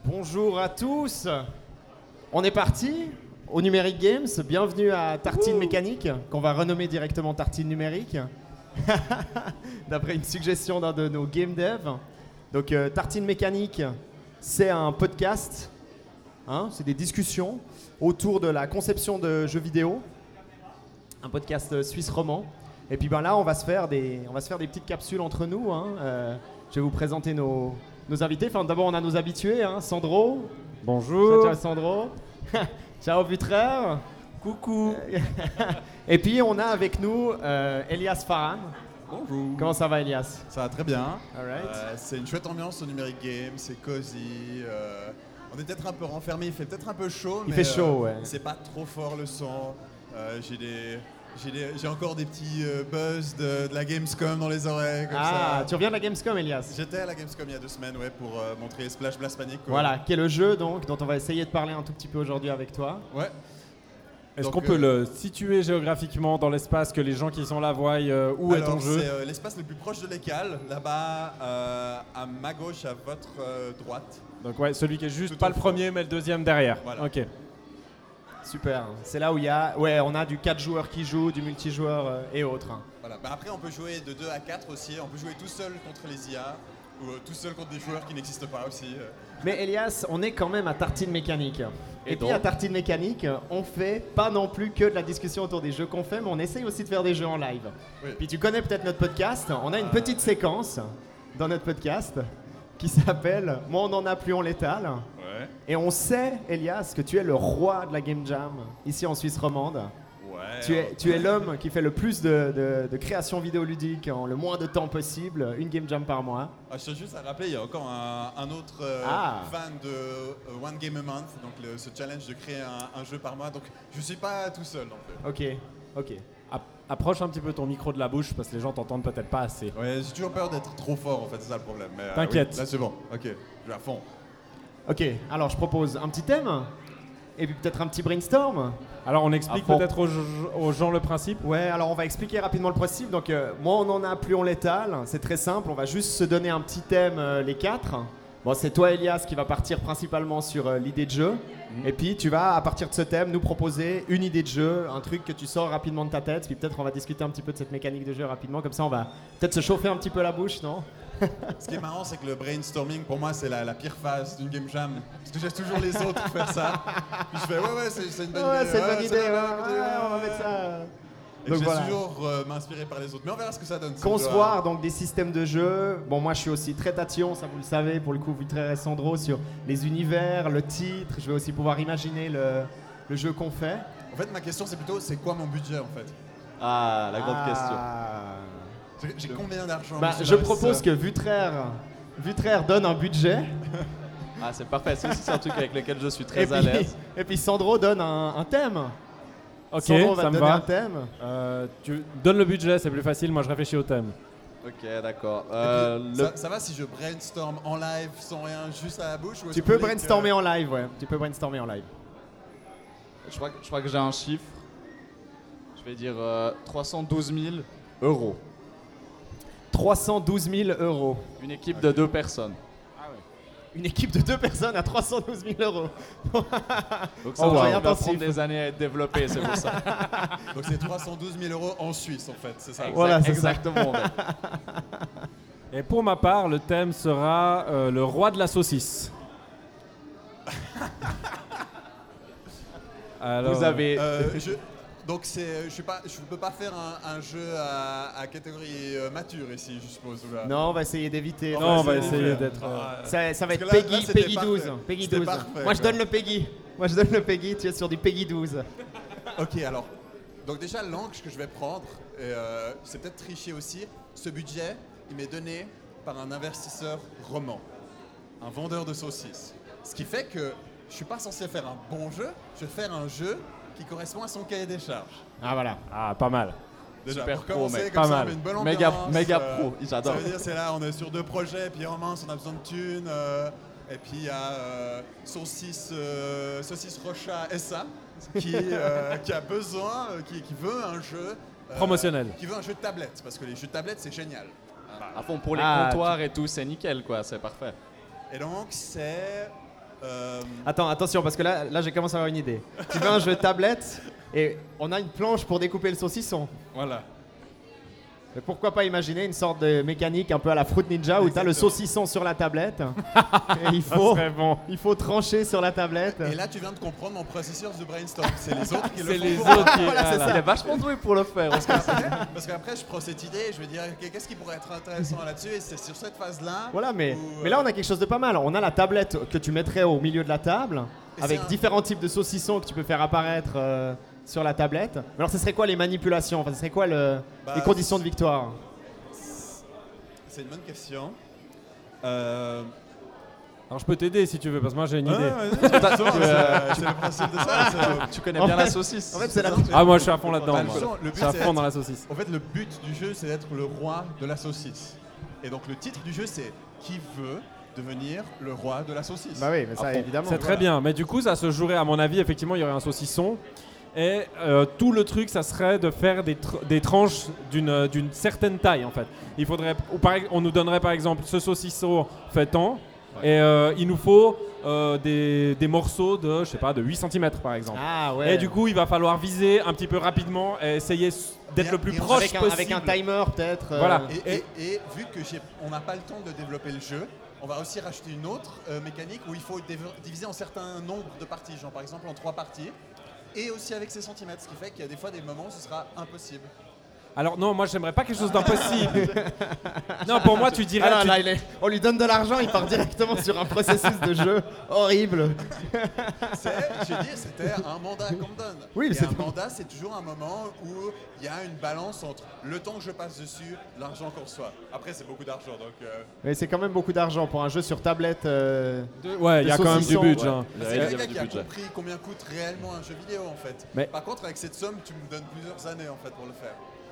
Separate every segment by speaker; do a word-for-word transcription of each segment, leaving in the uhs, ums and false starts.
Speaker 1: Bonjour à tous. On est parti au Numérique Games. Bienvenue à Tartine Ouh. Mécanique, qu'on va renommer directement Tartine Numérique, d'après une suggestion d'un de nos game devs. Donc euh, Tartine Mécanique, c'est un podcast, hein, c'est des discussions autour de la conception de jeux vidéo, un podcast suisse roman. Et puis ben là, on va se faire des, on va se faire des petites capsules entre nous. Hein. Euh, je vais vous présenter nos, nos invités. Enfin, d'abord, on a nos habitués, hein. Sandro.
Speaker 2: Bonjour.
Speaker 1: Ciao, Sandro. Ciao, Vutraire.
Speaker 2: Coucou.
Speaker 1: Et puis, on a avec nous euh, Elias Farhan.
Speaker 3: Bonjour.
Speaker 1: Comment ça va, Elias?
Speaker 3: Ça va très bien.
Speaker 1: All right.
Speaker 3: Euh, c'est une chouette ambiance au Numérique Game, c'est cosy. Euh, on est peut-être un peu renfermé, il fait peut-être un peu chaud.
Speaker 1: Il
Speaker 3: mais
Speaker 1: fait chaud,
Speaker 3: euh,
Speaker 1: ouais.
Speaker 3: C'est pas trop fort le son. Euh, j'ai des... J'ai, des, j'ai encore des petits euh, buzz de, de la Gamescom dans les oreilles. Comme
Speaker 1: ah,
Speaker 3: ça.
Speaker 1: Tu reviens de la Gamescom, Elias?
Speaker 3: J'étais à la Gamescom il y a deux semaines ouais, pour euh, montrer Splash Blast Panic. Quoi.
Speaker 1: Voilà, qui est le jeu donc, dont on va essayer de parler un tout petit peu aujourd'hui avec toi.
Speaker 3: Ouais.
Speaker 2: Est-ce
Speaker 3: donc,
Speaker 2: qu'on peut
Speaker 3: euh,
Speaker 2: le situer géographiquement dans l'espace, que les gens qui sont là voient euh, où
Speaker 3: alors,
Speaker 2: est ton jeu?
Speaker 3: C'est euh, l'espace le plus proche de l'Écale, là-bas euh, à ma gauche, à votre euh, droite.
Speaker 2: Donc ouais, celui qui est juste
Speaker 3: Tout
Speaker 2: pas
Speaker 3: au
Speaker 2: le
Speaker 3: fond.
Speaker 2: premier mais le deuxième derrière.
Speaker 3: Voilà.
Speaker 2: Ok.
Speaker 1: Super. C'est là où il y a, ouais, on a du quatre joueurs qui jouent, du multijoueur euh, et autres.
Speaker 3: Voilà. Bah après, on peut jouer de deux à quatre aussi. On peut jouer tout seul contre les I A ou euh, tout seul contre des joueurs qui n'existent pas aussi. euh.
Speaker 1: Mais Elias, on est quand même à Tartine Mécanique. Et,
Speaker 3: Et
Speaker 1: puis
Speaker 3: donc
Speaker 1: à Tartine Mécanique, on fait pas non plus que de la discussion autour des jeux qu'on fait, mais on essaye aussi de faire des jeux en live.
Speaker 3: Oui.
Speaker 1: Puis tu connais peut-être notre podcast. On a une
Speaker 3: Ah,
Speaker 1: petite
Speaker 3: oui.
Speaker 1: séquence dans notre podcast qui s'appelle « Moi on en a plus, on l'étale ».
Speaker 3: Ouais.
Speaker 1: Et on sait, Elias, que tu es le roi de la Game Jam ici en Suisse romande.
Speaker 3: Ouais.
Speaker 1: Tu es, tu es l'homme qui fait le plus de, de, de création vidéoludique en le moins de temps possible, une Game Jam par mois.
Speaker 3: Ah, je tiens juste à rappeler, il y a encore un, un autre euh,
Speaker 1: Ah.
Speaker 3: fan de euh, One Game a Month, donc le, ce challenge de créer un, un jeu par mois. Donc je suis pas tout seul non plus.
Speaker 1: Ok, ok.
Speaker 2: App- Approche un petit peu ton micro de la bouche parce que les gens t'entendent peut-être pas assez.
Speaker 3: Ouais, j'ai toujours peur d'être trop fort en fait, c'est ça le problème. Mais, euh,
Speaker 2: T'inquiète.
Speaker 3: oui, là c'est bon. Ok, je vais à fond.
Speaker 1: Ok, alors je propose un petit thème et puis peut-être un petit brainstorm.
Speaker 2: Alors on explique
Speaker 1: À fond.
Speaker 2: peut-être aux, aux gens le principe.
Speaker 1: Ouais, alors on va expliquer rapidement le principe. Donc, euh, moi, on en a plus, on l'étale. C'est très simple. On va juste se donner un petit thème, euh, les quatre. Bon, c'est toi, Elias, qui va partir principalement sur euh, l'idée de jeu. Et puis, tu vas, à partir de ce thème, nous proposer une idée de jeu, un truc que tu sors rapidement de ta tête. Puis peut-être on va discuter un petit peu de cette mécanique de jeu rapidement. Comme ça, on va peut-être se chauffer un petit peu la bouche, non?
Speaker 3: Ce qui est marrant, c'est que le brainstorming, pour moi, c'est la, la pire phase d'une game jam. Parce que je laisse toujours les autres faire ça. Puis je fais, ouais, ouais, c'est, c'est une bonne
Speaker 1: Ouais,
Speaker 3: idée.
Speaker 1: c'est une bonne idée.
Speaker 3: bien,
Speaker 1: Ouais,
Speaker 3: continue.
Speaker 1: ouais, on va mettre ça.
Speaker 3: Et
Speaker 1: Donc
Speaker 3: je
Speaker 1: voilà.
Speaker 3: laisse toujours euh, m'inspirer par les autres. Mais on verra ce que ça donne. si
Speaker 1: Concevoir donc des systèmes de jeu. Bon, moi je suis aussi très tatillon, ça vous le savez, pour le coup, Vutraire et Sandro, sur les univers, le titre. Je vais aussi pouvoir imaginer le, le jeu qu'on fait.
Speaker 3: En fait, ma question, c'est plutôt, c'est quoi mon budget en fait?
Speaker 4: Ah, la grande question.
Speaker 3: J'ai, j'ai combien d'argent?
Speaker 1: Bah,
Speaker 3: monsieur
Speaker 1: je
Speaker 3: l'investisseur
Speaker 1: propose que Vutraire, Vutraire donne un budget.
Speaker 4: Ah, c'est parfait. Ça aussi, c'est un truc avec lequel je suis très
Speaker 1: et,
Speaker 4: à
Speaker 1: puis,
Speaker 4: l'aise.
Speaker 1: et puis Sandro donne un, un thème.
Speaker 2: Ok,
Speaker 1: Sandro va
Speaker 2: ça
Speaker 1: te
Speaker 2: me
Speaker 1: donner un
Speaker 2: va.
Speaker 1: thème.
Speaker 2: Euh, tu donnes le budget, c'est plus facile. Moi je réfléchis au thème.
Speaker 4: Ok, d'accord.
Speaker 3: Et
Speaker 4: Euh,
Speaker 3: puis,
Speaker 4: le-
Speaker 3: ça, ça va si je brainstorm en live sans rien, juste à la bouche ou est-ce
Speaker 1: Tu
Speaker 3: que
Speaker 1: peux
Speaker 3: vous voulez
Speaker 1: brainstormer
Speaker 3: que-
Speaker 1: en live, ouais. Tu peux brainstormer en live.
Speaker 4: je, crois, que- je crois que j'ai un chiffre. Je vais dire euh, trois cent douze mille euros.
Speaker 1: trois cent douze mille euros.
Speaker 4: Une équipe de deux personnes.
Speaker 1: Une équipe de deux personnes à trois cent douze mille euros.
Speaker 4: Donc ça
Speaker 1: Oh,
Speaker 4: va,
Speaker 1: wow.
Speaker 4: va
Speaker 1: Intensif.
Speaker 4: prendre des années à être développé, c'est pour ça.
Speaker 3: Donc c'est trois cent douze mille euros en Suisse en fait, c'est ça?
Speaker 4: Exact-
Speaker 1: Voilà, c'est ça.
Speaker 4: exactement. ouais.
Speaker 2: Et pour ma part, le thème sera euh, le roi de la saucisse. Alors,
Speaker 4: Vous avez.
Speaker 3: Euh, je- Donc c'est, je suis pas, je peux pas faire un, un jeu à, à catégorie euh, mature ici, je suppose. Ou là.
Speaker 1: Non, on va essayer d'éviter.
Speaker 2: Non, on va
Speaker 3: c'est
Speaker 2: essayer
Speaker 3: différent.
Speaker 2: d'être. euh,
Speaker 3: Ah,
Speaker 1: Ça, ça va
Speaker 3: Parce
Speaker 1: être
Speaker 3: que là-
Speaker 1: Peggy,
Speaker 3: là, c'était
Speaker 1: Peggy
Speaker 3: parfait.
Speaker 1: douze. Peggy
Speaker 3: C'était
Speaker 1: douze.
Speaker 3: parfait,
Speaker 1: Moi je
Speaker 3: quoi.
Speaker 1: donne le Peggy. Moi je donne le Peggy, tu es sur du Peggy douze.
Speaker 3: Ok, alors, donc déjà l'angle que je vais prendre, et, euh, c'est peut-être tricher aussi. Ce budget, il m'est donné par un investisseur roman, un vendeur de saucisses. Ce qui fait que je suis pas censé faire un bon jeu, je vais faire un jeu qui correspond à son cahier des charges.
Speaker 1: Ah voilà.
Speaker 2: Ah, pas mal.
Speaker 3: Déjà,
Speaker 4: Super
Speaker 3: pour
Speaker 4: pro,
Speaker 3: commencer,
Speaker 4: mec.
Speaker 3: comme
Speaker 2: Pas
Speaker 3: ça,
Speaker 2: mal.
Speaker 3: on met une bonne
Speaker 4: Méga,
Speaker 3: ambiance.
Speaker 4: méga
Speaker 3: euh,
Speaker 4: pro,
Speaker 3: Ça
Speaker 4: j'adore.
Speaker 3: veut dire, c'est là, on est sur deux projets, puis en mince, on a besoin de thunes. euh, et puis il y a euh, Saucisse, euh, Saucisse Rocha S A qui, euh, qui a besoin, euh, qui, qui veut un jeu. euh,
Speaker 2: Promotionnel.
Speaker 3: Qui veut un jeu de tablette, parce que les jeux de tablette, c'est génial.
Speaker 4: À fond, pour les
Speaker 1: Ah,
Speaker 4: comptoirs et tout, c'est nickel, quoi. C'est parfait.
Speaker 3: Et donc, c'est Euh,
Speaker 1: Attends, attention, parce que là, là j'ai commencé à avoir une idée. Tu veux un jeu tablette et on a une planche pour découper le saucisson.
Speaker 3: voilà.
Speaker 1: Mais pourquoi pas imaginer une sorte de mécanique un peu à la Fruit Ninja où tu as le
Speaker 3: Exactement.
Speaker 1: saucisson sur la tablette et il
Speaker 2: Ça
Speaker 1: faut,
Speaker 2: serait bon.
Speaker 1: il faut trancher sur la tablette.
Speaker 3: Et là, tu viens de comprendre mon processus de brainstorm. C'est les autres qui le
Speaker 2: C'est
Speaker 3: font.
Speaker 2: les
Speaker 3: pour
Speaker 2: autres
Speaker 3: moi.
Speaker 2: qui.
Speaker 1: Voilà, c'est
Speaker 2: voilà.
Speaker 4: Il est vachement doué pour le faire. Parce que
Speaker 3: Parce qu'après, je prends cette idée et je vais dire ok, qu'est-ce qui pourrait être intéressant là-dessus. Et c'est sur cette phase-là.
Speaker 1: Voilà, mais,
Speaker 3: où,
Speaker 1: mais là
Speaker 3: euh,
Speaker 1: on a quelque chose de pas mal. On a la tablette que tu mettrais au milieu de la table
Speaker 3: Et
Speaker 1: avec
Speaker 3: c'est un-
Speaker 1: différents types de saucissons que tu peux faire apparaître euh, sur la tablette. Mais alors, ce serait quoi les manipulations? Enfin, ce serait quoi le-
Speaker 3: Bah,
Speaker 1: les conditions de victoire?
Speaker 3: C'est une bonne question. Euh...
Speaker 2: Alors je peux t'aider si tu veux, parce que moi j'ai une
Speaker 3: ouais,
Speaker 2: idée.
Speaker 3: ouais, de toute façon, c'est euh, c'est le principe de ça. c'est-
Speaker 4: tu connais
Speaker 1: En
Speaker 4: bien la
Speaker 1: fait-
Speaker 4: saucisse.
Speaker 1: En fait, c'est la.
Speaker 2: Ah, moi je suis à fond là-dedans.
Speaker 3: Bah,
Speaker 2: moi.
Speaker 3: justement, le
Speaker 2: Je
Speaker 3: but,
Speaker 2: suis à
Speaker 3: c'est
Speaker 2: fond
Speaker 3: d'être-
Speaker 2: dans la saucisse.
Speaker 3: En fait, le but du jeu, c'est d'être le roi de la saucisse. Et donc, le titre du jeu, c'est qui veut devenir le roi de la saucisse.
Speaker 1: Bah oui, mais ça
Speaker 3: À fond.
Speaker 1: évidemment.
Speaker 2: C'est très bien, mais du coup ça se jouerait à mon avis, effectivement il y aurait un saucisson. Et euh, tout le truc, ça serait de faire des, tr- des tranches d'une euh, d'une certaine taille en fait. Il faudrait, ou par ex- on nous donnerait par exemple ce saucisson fait tant, et euh, il nous faut euh, des, des morceaux de, je sais pas, de huit centimètres par exemple.
Speaker 1: Ah ouais.
Speaker 2: Et du coup, il va falloir viser un petit peu rapidement et essayer s- d'être
Speaker 3: Et-
Speaker 2: le plus
Speaker 3: et
Speaker 2: proche
Speaker 1: avec un,
Speaker 2: possible.
Speaker 1: avec un timer peut-être. euh,
Speaker 2: Voilà.
Speaker 3: Et, et- et vu que j'ai, on n'a pas le temps de développer le jeu, on va aussi racheter une autre euh, mécanique où il faut dév- diviser en certains nombres de parties, genre par exemple en trois parties, et aussi avec ses centimètres, ce qui fait qu'il y a des fois des moments où ce sera impossible.
Speaker 2: Alors non, moi j'aimerais pas quelque chose d'impossible. Non, pour moi tu dirais...
Speaker 1: Ah là,
Speaker 2: tu-
Speaker 1: là, il est- on lui donne de l'argent, il part directement sur un processus de jeu horrible.
Speaker 3: C'est, j'ai dit, c'était un mandat qu'on me donne.
Speaker 1: Oui, mais
Speaker 3: et
Speaker 1: c'est
Speaker 3: un
Speaker 1: tout.
Speaker 3: mandat, c'est toujours un moment où il y a une balance entre le temps que je passe dessus, l'argent qu'on reçoit. Après, c'est beaucoup d'argent, donc... euh,
Speaker 1: Mais c'est quand même beaucoup d'argent pour un jeu sur tablette. euh,
Speaker 2: Ouais, il y a
Speaker 1: Des
Speaker 2: quand même du
Speaker 1: saucissons,
Speaker 2: budget.
Speaker 1: ouais.
Speaker 2: hein.
Speaker 3: C'est
Speaker 4: il y a
Speaker 3: quelqu'un
Speaker 4: du
Speaker 3: qui a
Speaker 4: budget.
Speaker 3: compris combien coûte réellement un jeu vidéo en fait.
Speaker 2: Mais-
Speaker 3: Par contre, avec cette somme, tu me donnes plusieurs années en fait pour le faire.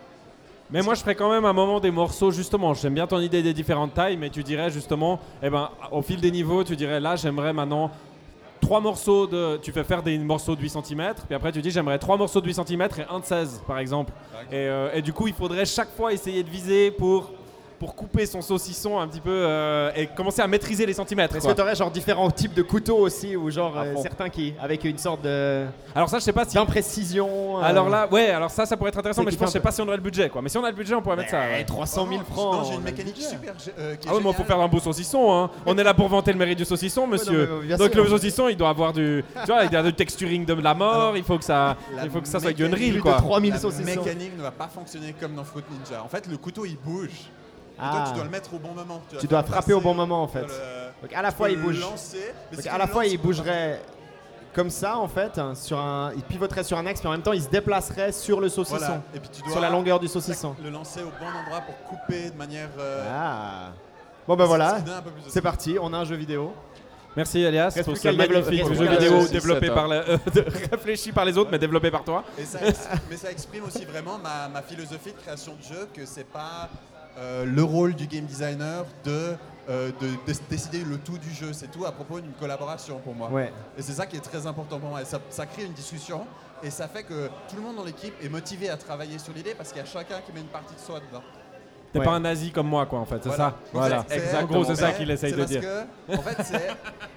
Speaker 2: Mais moi je ferais quand même un moment des morceaux justement. J'aime bien ton idée des différentes tailles, mais tu dirais justement, eh ben, au fil des niveaux, tu dirais là j'aimerais maintenant trois morceaux de. Tu fais faire des morceaux de huit centimètres, puis après tu dis j'aimerais trois morceaux de huit centimètres et un de seize par exemple. Et, euh, et du coup il faudrait chaque fois essayer de viser pour, pour couper son saucisson un petit peu euh, et commencer à maîtriser les centimètres.
Speaker 1: Est-ce
Speaker 2: quoi.
Speaker 1: que tu aurais genre différents types de couteaux aussi, ou genre
Speaker 4: À
Speaker 1: euh,
Speaker 4: fond.
Speaker 1: certains qui avec une sorte de
Speaker 2: Alors ça je sais pas si.
Speaker 1: d'imprécision. euh,
Speaker 2: Alors là, ouais, alors ça, ça pourrait être intéressant,
Speaker 1: C'est
Speaker 2: mais je
Speaker 1: qui fait
Speaker 2: pense, je sais
Speaker 1: un peu-
Speaker 2: pas si on aurait le budget, quoi. Mais si on a le budget, on pourrait mettre ça.
Speaker 1: eh,
Speaker 2: ouais.
Speaker 1: trois cent mille francs.
Speaker 3: Non, j'ai
Speaker 1: on
Speaker 3: une
Speaker 1: a le
Speaker 3: mécanique
Speaker 1: budget.
Speaker 3: super euh, qui est
Speaker 2: Ah ouais, mais il faut
Speaker 3: géniale.
Speaker 2: faire un beau saucisson, hein. On est là pour vanter le mérite du saucisson, monsieur.
Speaker 1: non, mais bien
Speaker 2: Donc
Speaker 1: sûr.
Speaker 2: le saucisson, il doit avoir du, tu vois, il y a du texturing de la mort.
Speaker 3: Alors,
Speaker 2: il faut que ça,
Speaker 3: la
Speaker 2: il faut que ça soit avec du
Speaker 3: mécanique-
Speaker 2: Unreal,
Speaker 1: Plus de
Speaker 2: quoi.
Speaker 1: trois mille
Speaker 3: La
Speaker 1: saucissons.
Speaker 3: mécanique ne va pas fonctionner comme dans Fruit Ninja. En fait, le couteau il bouge. Et
Speaker 1: Ah.
Speaker 3: toi, tu dois le mettre au bon moment.
Speaker 1: Tu dois
Speaker 3: faire
Speaker 1: frapper au
Speaker 3: passer,
Speaker 1: bon moment, en
Speaker 3: tu dois
Speaker 1: fait.
Speaker 3: le-
Speaker 1: Donc à la
Speaker 3: tu
Speaker 1: fois
Speaker 3: peux
Speaker 1: il
Speaker 3: le
Speaker 1: bouge.
Speaker 3: lancer, mais
Speaker 1: Donc
Speaker 3: si
Speaker 1: à
Speaker 3: tu
Speaker 1: la
Speaker 3: le
Speaker 1: fois
Speaker 3: lances,
Speaker 1: il
Speaker 3: tu peux
Speaker 1: bougerait comme ça en fait, hein, sur un, il pivoterait sur un axe, mais en même temps il se déplacerait sur le
Speaker 3: pas-
Speaker 1: saucisson,
Speaker 3: Voilà. Et puis tu dois
Speaker 1: sur la longueur du saucisson.
Speaker 3: le lancer au bon endroit pour couper de manière. euh,
Speaker 1: Ah. Bon ben voilà,
Speaker 3: ça donne un peu plus de
Speaker 1: c'est parti, on a un jeu vidéo.
Speaker 2: Merci Elias
Speaker 1: Reste
Speaker 2: pour
Speaker 1: plus
Speaker 2: ce
Speaker 1: qu'à le développer.
Speaker 2: magnifique
Speaker 1: Reste
Speaker 2: jeu
Speaker 1: plus qu'à le
Speaker 2: vidéo
Speaker 4: développer.
Speaker 2: développé
Speaker 4: C'est
Speaker 2: par la, euh, de- réfléchi par les autres, mais développé par toi.
Speaker 3: Et ça ex- mais ça exprime aussi vraiment ma, ma philosophie de création de jeu, que c'est pas euh, le rôle du game designer de, euh, de, de décider le tout du jeu. C'est tout à propos d'une collaboration pour moi.
Speaker 1: Ouais.
Speaker 3: Et c'est ça qui est très important pour moi. Et ça, ça crée une discussion et ça fait que tout le monde dans l'équipe est motivé à travailler sur l'idée parce qu'il y a chacun qui met une partie de soi dedans.
Speaker 2: T'es
Speaker 1: Ouais.
Speaker 2: pas un nazi comme moi, quoi, en fait, c'est
Speaker 3: Voilà.
Speaker 2: ça.
Speaker 3: En
Speaker 2: Voilà.
Speaker 3: fait, c'est-
Speaker 2: En gros, c'est ça
Speaker 3: mais
Speaker 2: qu'il essaye
Speaker 3: c'est
Speaker 2: de
Speaker 3: parce
Speaker 2: dire.
Speaker 3: que, en fait, c'est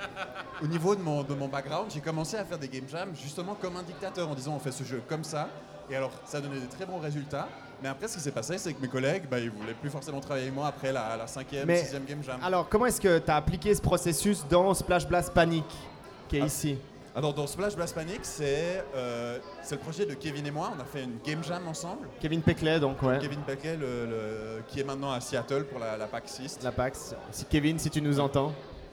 Speaker 3: au niveau de mon, de mon background, j'ai commencé à faire des game jams justement comme un dictateur en disant on fait ce jeu comme ça. Et alors, ça donnait des très bons résultats. Mais après, ce qui s'est passé, c'est que mes collègues, bah, ils voulaient plus forcément travailler avec moi après la, la cinquième,
Speaker 1: Mais-
Speaker 3: sixième game jam.
Speaker 1: Alors comment est-ce que tu as appliqué ce processus dans Splash Blast Panic qui est
Speaker 3: Ah.
Speaker 1: ici?
Speaker 3: Alors, dans Splash Blast Panic, c'est euh, c'est le projet de Kevin et moi. On a fait une game jam ensemble.
Speaker 1: Kevin Peckley donc ouais.
Speaker 3: Kevin Peckley, le, le- qui est maintenant à Seattle pour la, la PAX East.
Speaker 1: La PAX. Si Kevin, si tu nous entends.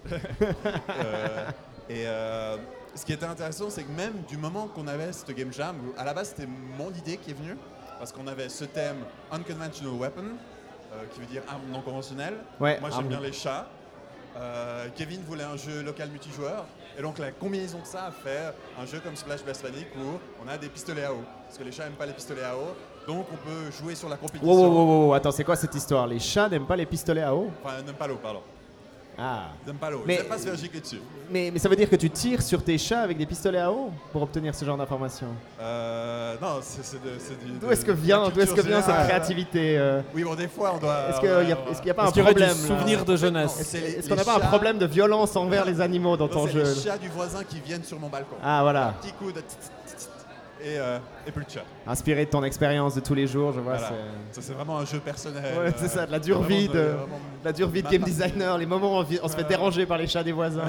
Speaker 3: Euh, et euh, ce qui était intéressant, c'est que même du moment qu'on avait cette game jam, où à la base c'était mon idée qui est venue, parce qu'on avait ce thème Unconventional Weapon, euh, qui veut dire arme non conventionnelle.
Speaker 1: Ouais,
Speaker 3: Moi
Speaker 1: arme-
Speaker 3: j'aime bien les chats. Euh, Kevin voulait un jeu local multijoueur. Et donc la combinaison de ça a fait un jeu comme Splash Blast Panic où on a des pistolets à eau. Parce que les chats n'aiment pas les pistolets à eau. Donc on peut jouer sur la compétition.
Speaker 1: Wow, wow, wow, wow, attends, c'est quoi cette histoire? Les chats n'aiment pas les pistolets à eau?
Speaker 3: Enfin, n'aiment pas l'eau, pardon.
Speaker 1: Ah.
Speaker 3: Ils n'aiment pas l'eau,
Speaker 1: Mais-
Speaker 3: ils n'aiment pas se faire gicler dessus.
Speaker 1: Mais, mais ça veut dire que tu tires sur tes chats avec des pistolets à eau pour obtenir ce genre d'informations.
Speaker 3: Euh, non, c'est c'est de- c'est du-
Speaker 1: D'où
Speaker 3: de-
Speaker 1: est-ce que
Speaker 3: de la
Speaker 1: vient, d'où est-ce que
Speaker 3: culture
Speaker 1: vient cette
Speaker 3: générale.
Speaker 1: créativité euh,
Speaker 3: Oui, bon, des fois, on doit...
Speaker 1: Est-ce
Speaker 3: on
Speaker 1: qu'il
Speaker 3: doit-
Speaker 1: n'y a,
Speaker 3: on-
Speaker 1: est-ce qu'il y a pas
Speaker 2: Est-ce
Speaker 1: un
Speaker 2: qu'il y aurait du
Speaker 1: problème là
Speaker 2: souvenir de jeunesse?
Speaker 3: C'est les-
Speaker 1: Est-ce qu'on
Speaker 3: les
Speaker 1: n'a pas un
Speaker 3: chats-
Speaker 1: problème de violence envers les animaux dans
Speaker 3: Non,
Speaker 1: ton
Speaker 3: c'est
Speaker 1: jeu?
Speaker 3: les chats du voisin qui viennent sur mon balcon.
Speaker 1: Ah voilà,
Speaker 3: Un petit coup de... tut, tut, tut, Et, euh, et plus de chat.
Speaker 1: inspiré de ton expérience de tous les jours, je vois.
Speaker 3: Voilà.
Speaker 1: c'est-
Speaker 3: Ça, c'est vraiment un jeu personnel.
Speaker 1: Ouais,
Speaker 3: euh,
Speaker 1: c'est ça, de la dure
Speaker 3: vraiment
Speaker 1: vie de,
Speaker 3: vraiment-
Speaker 1: la dure vie de game designer, les moments où on, vit- on se fait déranger par les chats des voisins.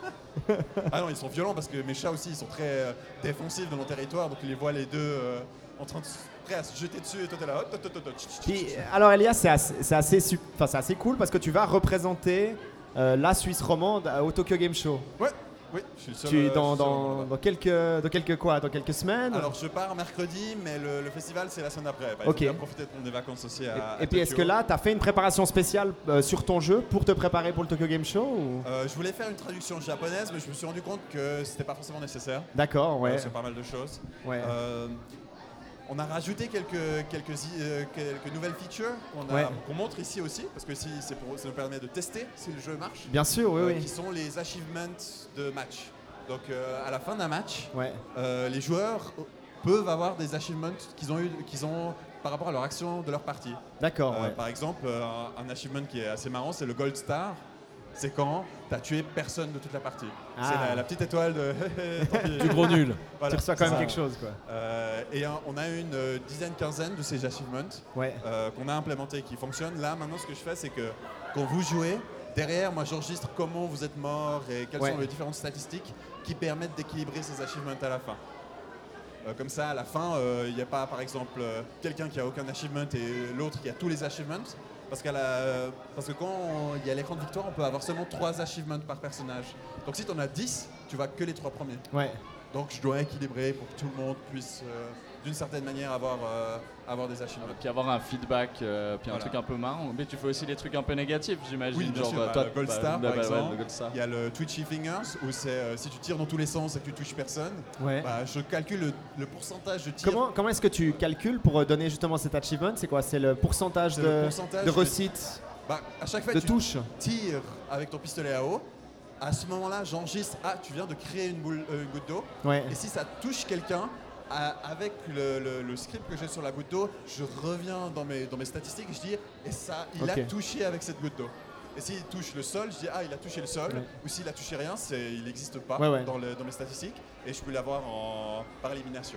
Speaker 3: Ah non, ils sont violents parce que mes chats aussi, ils sont très euh, défensifs de mon territoire, donc ils les voient les deux euh, en train de s- prêts à se jeter dessus et toi t'es là. hop, hop, hop, hop, hop, tch, tch, tch,
Speaker 1: Puis,
Speaker 3: tch.
Speaker 1: alors Elias, c'est assez, c'est assez, sup- enfin, c'est assez cool parce que tu vas représenter euh, la Suisse romande au Tokyo Game Show.
Speaker 3: Ouais, oui, je suis le seul.
Speaker 1: Tu
Speaker 3: euh,
Speaker 1: es dans,
Speaker 3: je suis seul
Speaker 1: dans,
Speaker 3: là-bas.
Speaker 1: dans quelques, dans quelques quoi, dans quelques semaines.
Speaker 3: Alors je pars mercredi, mais le, le festival c'est la semaine après. Bah,
Speaker 1: Ok.
Speaker 3: Ils ont bien profité de prendre des vacances aussi à.
Speaker 1: et,
Speaker 3: à
Speaker 1: et puis est-ce que
Speaker 3: Tokyo.
Speaker 1: là, tu as fait une préparation spéciale euh, sur ton jeu pour te préparer pour le Tokyo Game Show ou...
Speaker 3: Euh, je voulais faire une traduction japonaise, mais je me suis rendu compte que c'était pas forcément nécessaire.
Speaker 1: D'accord, ouais.
Speaker 3: Euh, sur pas mal de choses.
Speaker 1: ouais.
Speaker 3: Euh, on a rajouté quelques, quelques, i- euh, quelques nouvelles features qu'on a-
Speaker 1: Ouais.
Speaker 3: qu'on montre ici aussi, parce que si, c'est pour, ça nous permet de tester si le jeu marche.
Speaker 1: Bien sûr, oui,
Speaker 3: euh,
Speaker 1: oui.
Speaker 3: Qui sont les achievements de match. Donc euh, à la fin d'un match,
Speaker 1: Ouais.
Speaker 3: euh, les joueurs peuvent avoir des achievements qu'ils ont eu, qu'ils ont par rapport à leur action de leur partie.
Speaker 1: D'accord,
Speaker 3: Euh,
Speaker 1: ouais.
Speaker 3: Par exemple, euh, un, un achievement qui est assez marrant, c'est le Gold Star. C'est quand tu as tué personne de toute la partie.
Speaker 1: Ah.
Speaker 3: C'est la, la petite étoile de. Tant pis.
Speaker 2: Du gros nul.
Speaker 3: Voilà,
Speaker 1: tu reçois quand
Speaker 3: c'est
Speaker 1: même
Speaker 3: ça.
Speaker 1: quelque chose, quoi.
Speaker 3: Euh, et un- on a une euh, dizaine, quinzaine de ces achievements
Speaker 1: Ouais.
Speaker 3: euh, qu'on a implémentés et qui fonctionnent. Là, maintenant, ce que je fais, c'est que quand vous jouez, derrière, moi, j'enregistre comment vous êtes mort et quelles
Speaker 1: Ouais.
Speaker 3: sont les différentes statistiques qui permettent d'équilibrer ces achievements à la fin. Euh, comme ça, à la fin, il n'y a pas, par exemple, euh, quelqu'un qui a aucun achievement et l'autre qui a tous les achievements. Parce, qu'à la- parce que quand il y a l'écran de victoire, on peut avoir seulement trois achievements par personnage. Donc si tu en as dix, tu vas que les trois premiers.
Speaker 1: Ouais.
Speaker 3: Donc je dois équilibrer pour que tout le monde puisse, euh, d'une certaine manière, avoir, euh, avoir des achievements.
Speaker 4: Puis avoir un feedback, euh, puis un
Speaker 3: Voilà.
Speaker 4: truc un peu marrant. Mais tu fais aussi des trucs un peu négatifs, j'imagine.
Speaker 3: Oui, bien
Speaker 4: genre,
Speaker 3: sûr,
Speaker 4: euh,
Speaker 3: bah,
Speaker 4: toi,
Speaker 3: le Gold
Speaker 4: bah,
Speaker 3: Star,
Speaker 4: bah,
Speaker 3: par
Speaker 4: bah, ouais,
Speaker 3: exemple.
Speaker 4: le Gold Star.
Speaker 3: Il y a le Twitchy Fingers, où c'est euh, si tu tires dans tous les sens et que tu touches personne,
Speaker 1: Ouais.
Speaker 3: bah, je calcule le, le pourcentage de tir.
Speaker 1: Comment, comment est-ce que tu calcules pour euh, donner justement cet achievement? C'est quoi? C'est le pourcentage
Speaker 3: C'est
Speaker 1: de,
Speaker 3: le pourcentage
Speaker 1: de
Speaker 3: de-
Speaker 1: réussite
Speaker 3: Bah, à chaque fois
Speaker 1: de
Speaker 3: que tu
Speaker 1: touche?
Speaker 3: tires avec ton pistolet à eau, à ce moment-là, j'enregistre, ah, tu viens de créer une, boule, euh, une goutte d'eau.
Speaker 1: Ouais.
Speaker 3: Et si ça touche quelqu'un, à- avec le, le- le script que j'ai sur la goutte d'eau, je reviens dans mes, dans mes statistiques et je dis, et ça, il a
Speaker 1: Ok.
Speaker 3: touché avec cette goutte d'eau. Et s'il touche le sol, je dis, ah, il a touché le sol.
Speaker 1: Ouais.
Speaker 3: Ou s'il a touché rien, c'est, il n'existe pas
Speaker 1: Ouais, ouais.
Speaker 3: Dans, le- dans mes statistiques. Et je peux l'avoir en, par élimination.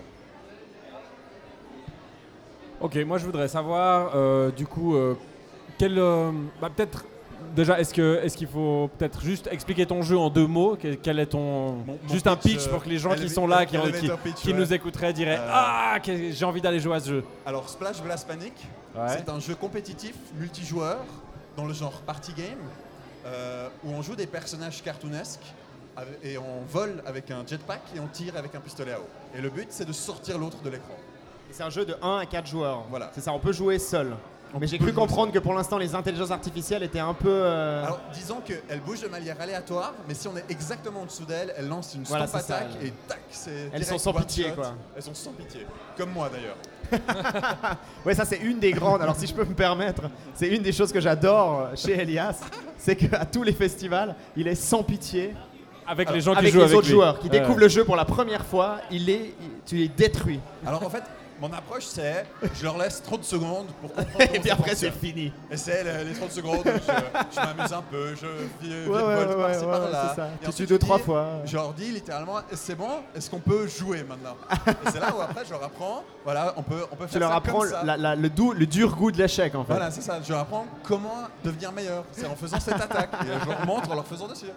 Speaker 2: Ok, moi je voudrais savoir, euh, du coup, euh, quel, euh, bah, peut-être déjà, est-ce que est-ce qu'il faut peut-être juste expliquer ton jeu en deux mots? Quel, quel est ton
Speaker 3: Mon- mon
Speaker 2: juste un
Speaker 3: pitch,
Speaker 2: pitch
Speaker 3: euh,
Speaker 2: pour que les gens qui
Speaker 3: elev-
Speaker 2: sont là, qui, qui,
Speaker 3: elevator pitch,
Speaker 2: qui
Speaker 3: ouais.
Speaker 2: nous écouteraient, diraient
Speaker 3: Euh,
Speaker 2: ah, que- j'ai envie d'aller jouer à ce jeu.
Speaker 3: Alors, Splash Blast Panic,
Speaker 2: Ouais.
Speaker 3: c'est un jeu compétitif, multijoueur, dans le genre party game, euh, où on joue des personnages cartoonesques avec- et on vole avec un jetpack et on tire avec un pistolet à eau. Et le but, c'est de sortir l'autre de l'écran.
Speaker 1: Et c'est un jeu de un à quatre joueurs.
Speaker 3: Voilà.
Speaker 1: C'est ça, on peut jouer seul.
Speaker 3: On
Speaker 1: Mais j'ai
Speaker 3: peut
Speaker 1: cru
Speaker 3: jouer
Speaker 1: comprendre que pour l'instant, les intelligences artificielles étaient un peu. euh,
Speaker 3: Alors, disons qu'elle bouge de manière aléatoire, mais si on est exactement en dessous d'elle, elle lance une
Speaker 1: Voilà,
Speaker 3: stomp
Speaker 1: c'est ça,
Speaker 3: attaque
Speaker 1: elle-
Speaker 3: et tac, c'est
Speaker 1: Elles
Speaker 3: direct
Speaker 1: sont sans
Speaker 3: one
Speaker 1: pitié,
Speaker 3: shot.
Speaker 1: quoi.
Speaker 3: Elles sont sans pitié. Comme moi, d'ailleurs.
Speaker 1: Ouais, ça c'est une des grandes. Alors si je peux me permettre, c'est une des choses que j'adore chez Elias, c'est qu'à tous les festivals, il est sans pitié
Speaker 2: Avec les gens qui
Speaker 1: avec
Speaker 2: jouent
Speaker 1: les
Speaker 2: avec
Speaker 1: autres
Speaker 2: lui.
Speaker 1: joueurs qui
Speaker 2: Ouais.
Speaker 1: découvrent le jeu pour la première fois. Il est, il- tu les détruis.
Speaker 3: Alors, en fait, mon approche, c'est je leur laisse trente secondes pour comprendre
Speaker 1: Et
Speaker 3: comment
Speaker 1: puis
Speaker 3: ça
Speaker 1: après c'est
Speaker 3: fonctionne.
Speaker 1: fini.
Speaker 3: Et c'est les, les trente secondes, je, je m'amuse un peu, je vis
Speaker 1: Ouais, ouais, ouais, ouais,
Speaker 3: par-ci
Speaker 1: ouais,
Speaker 3: par-là.
Speaker 1: c'est ça.
Speaker 3: Et
Speaker 1: Tu
Speaker 3: ensuite,
Speaker 1: tues deux
Speaker 3: je
Speaker 1: trois
Speaker 3: dis-
Speaker 1: fois.
Speaker 3: Je leur dis littéralement, c'est bon, est-ce qu'on peut jouer maintenant? Et c'est là où après je leur apprends, voilà, on peut, on peut faire
Speaker 1: Tu leur
Speaker 3: ça
Speaker 1: apprends
Speaker 3: comme ça.
Speaker 1: la- la- le, doux- le dur goût de l'échec en fait.
Speaker 3: Voilà, c'est ça, je leur apprends comment devenir meilleur. C'est en faisant cette attaque. Et je leur montre en leur faisant dessus.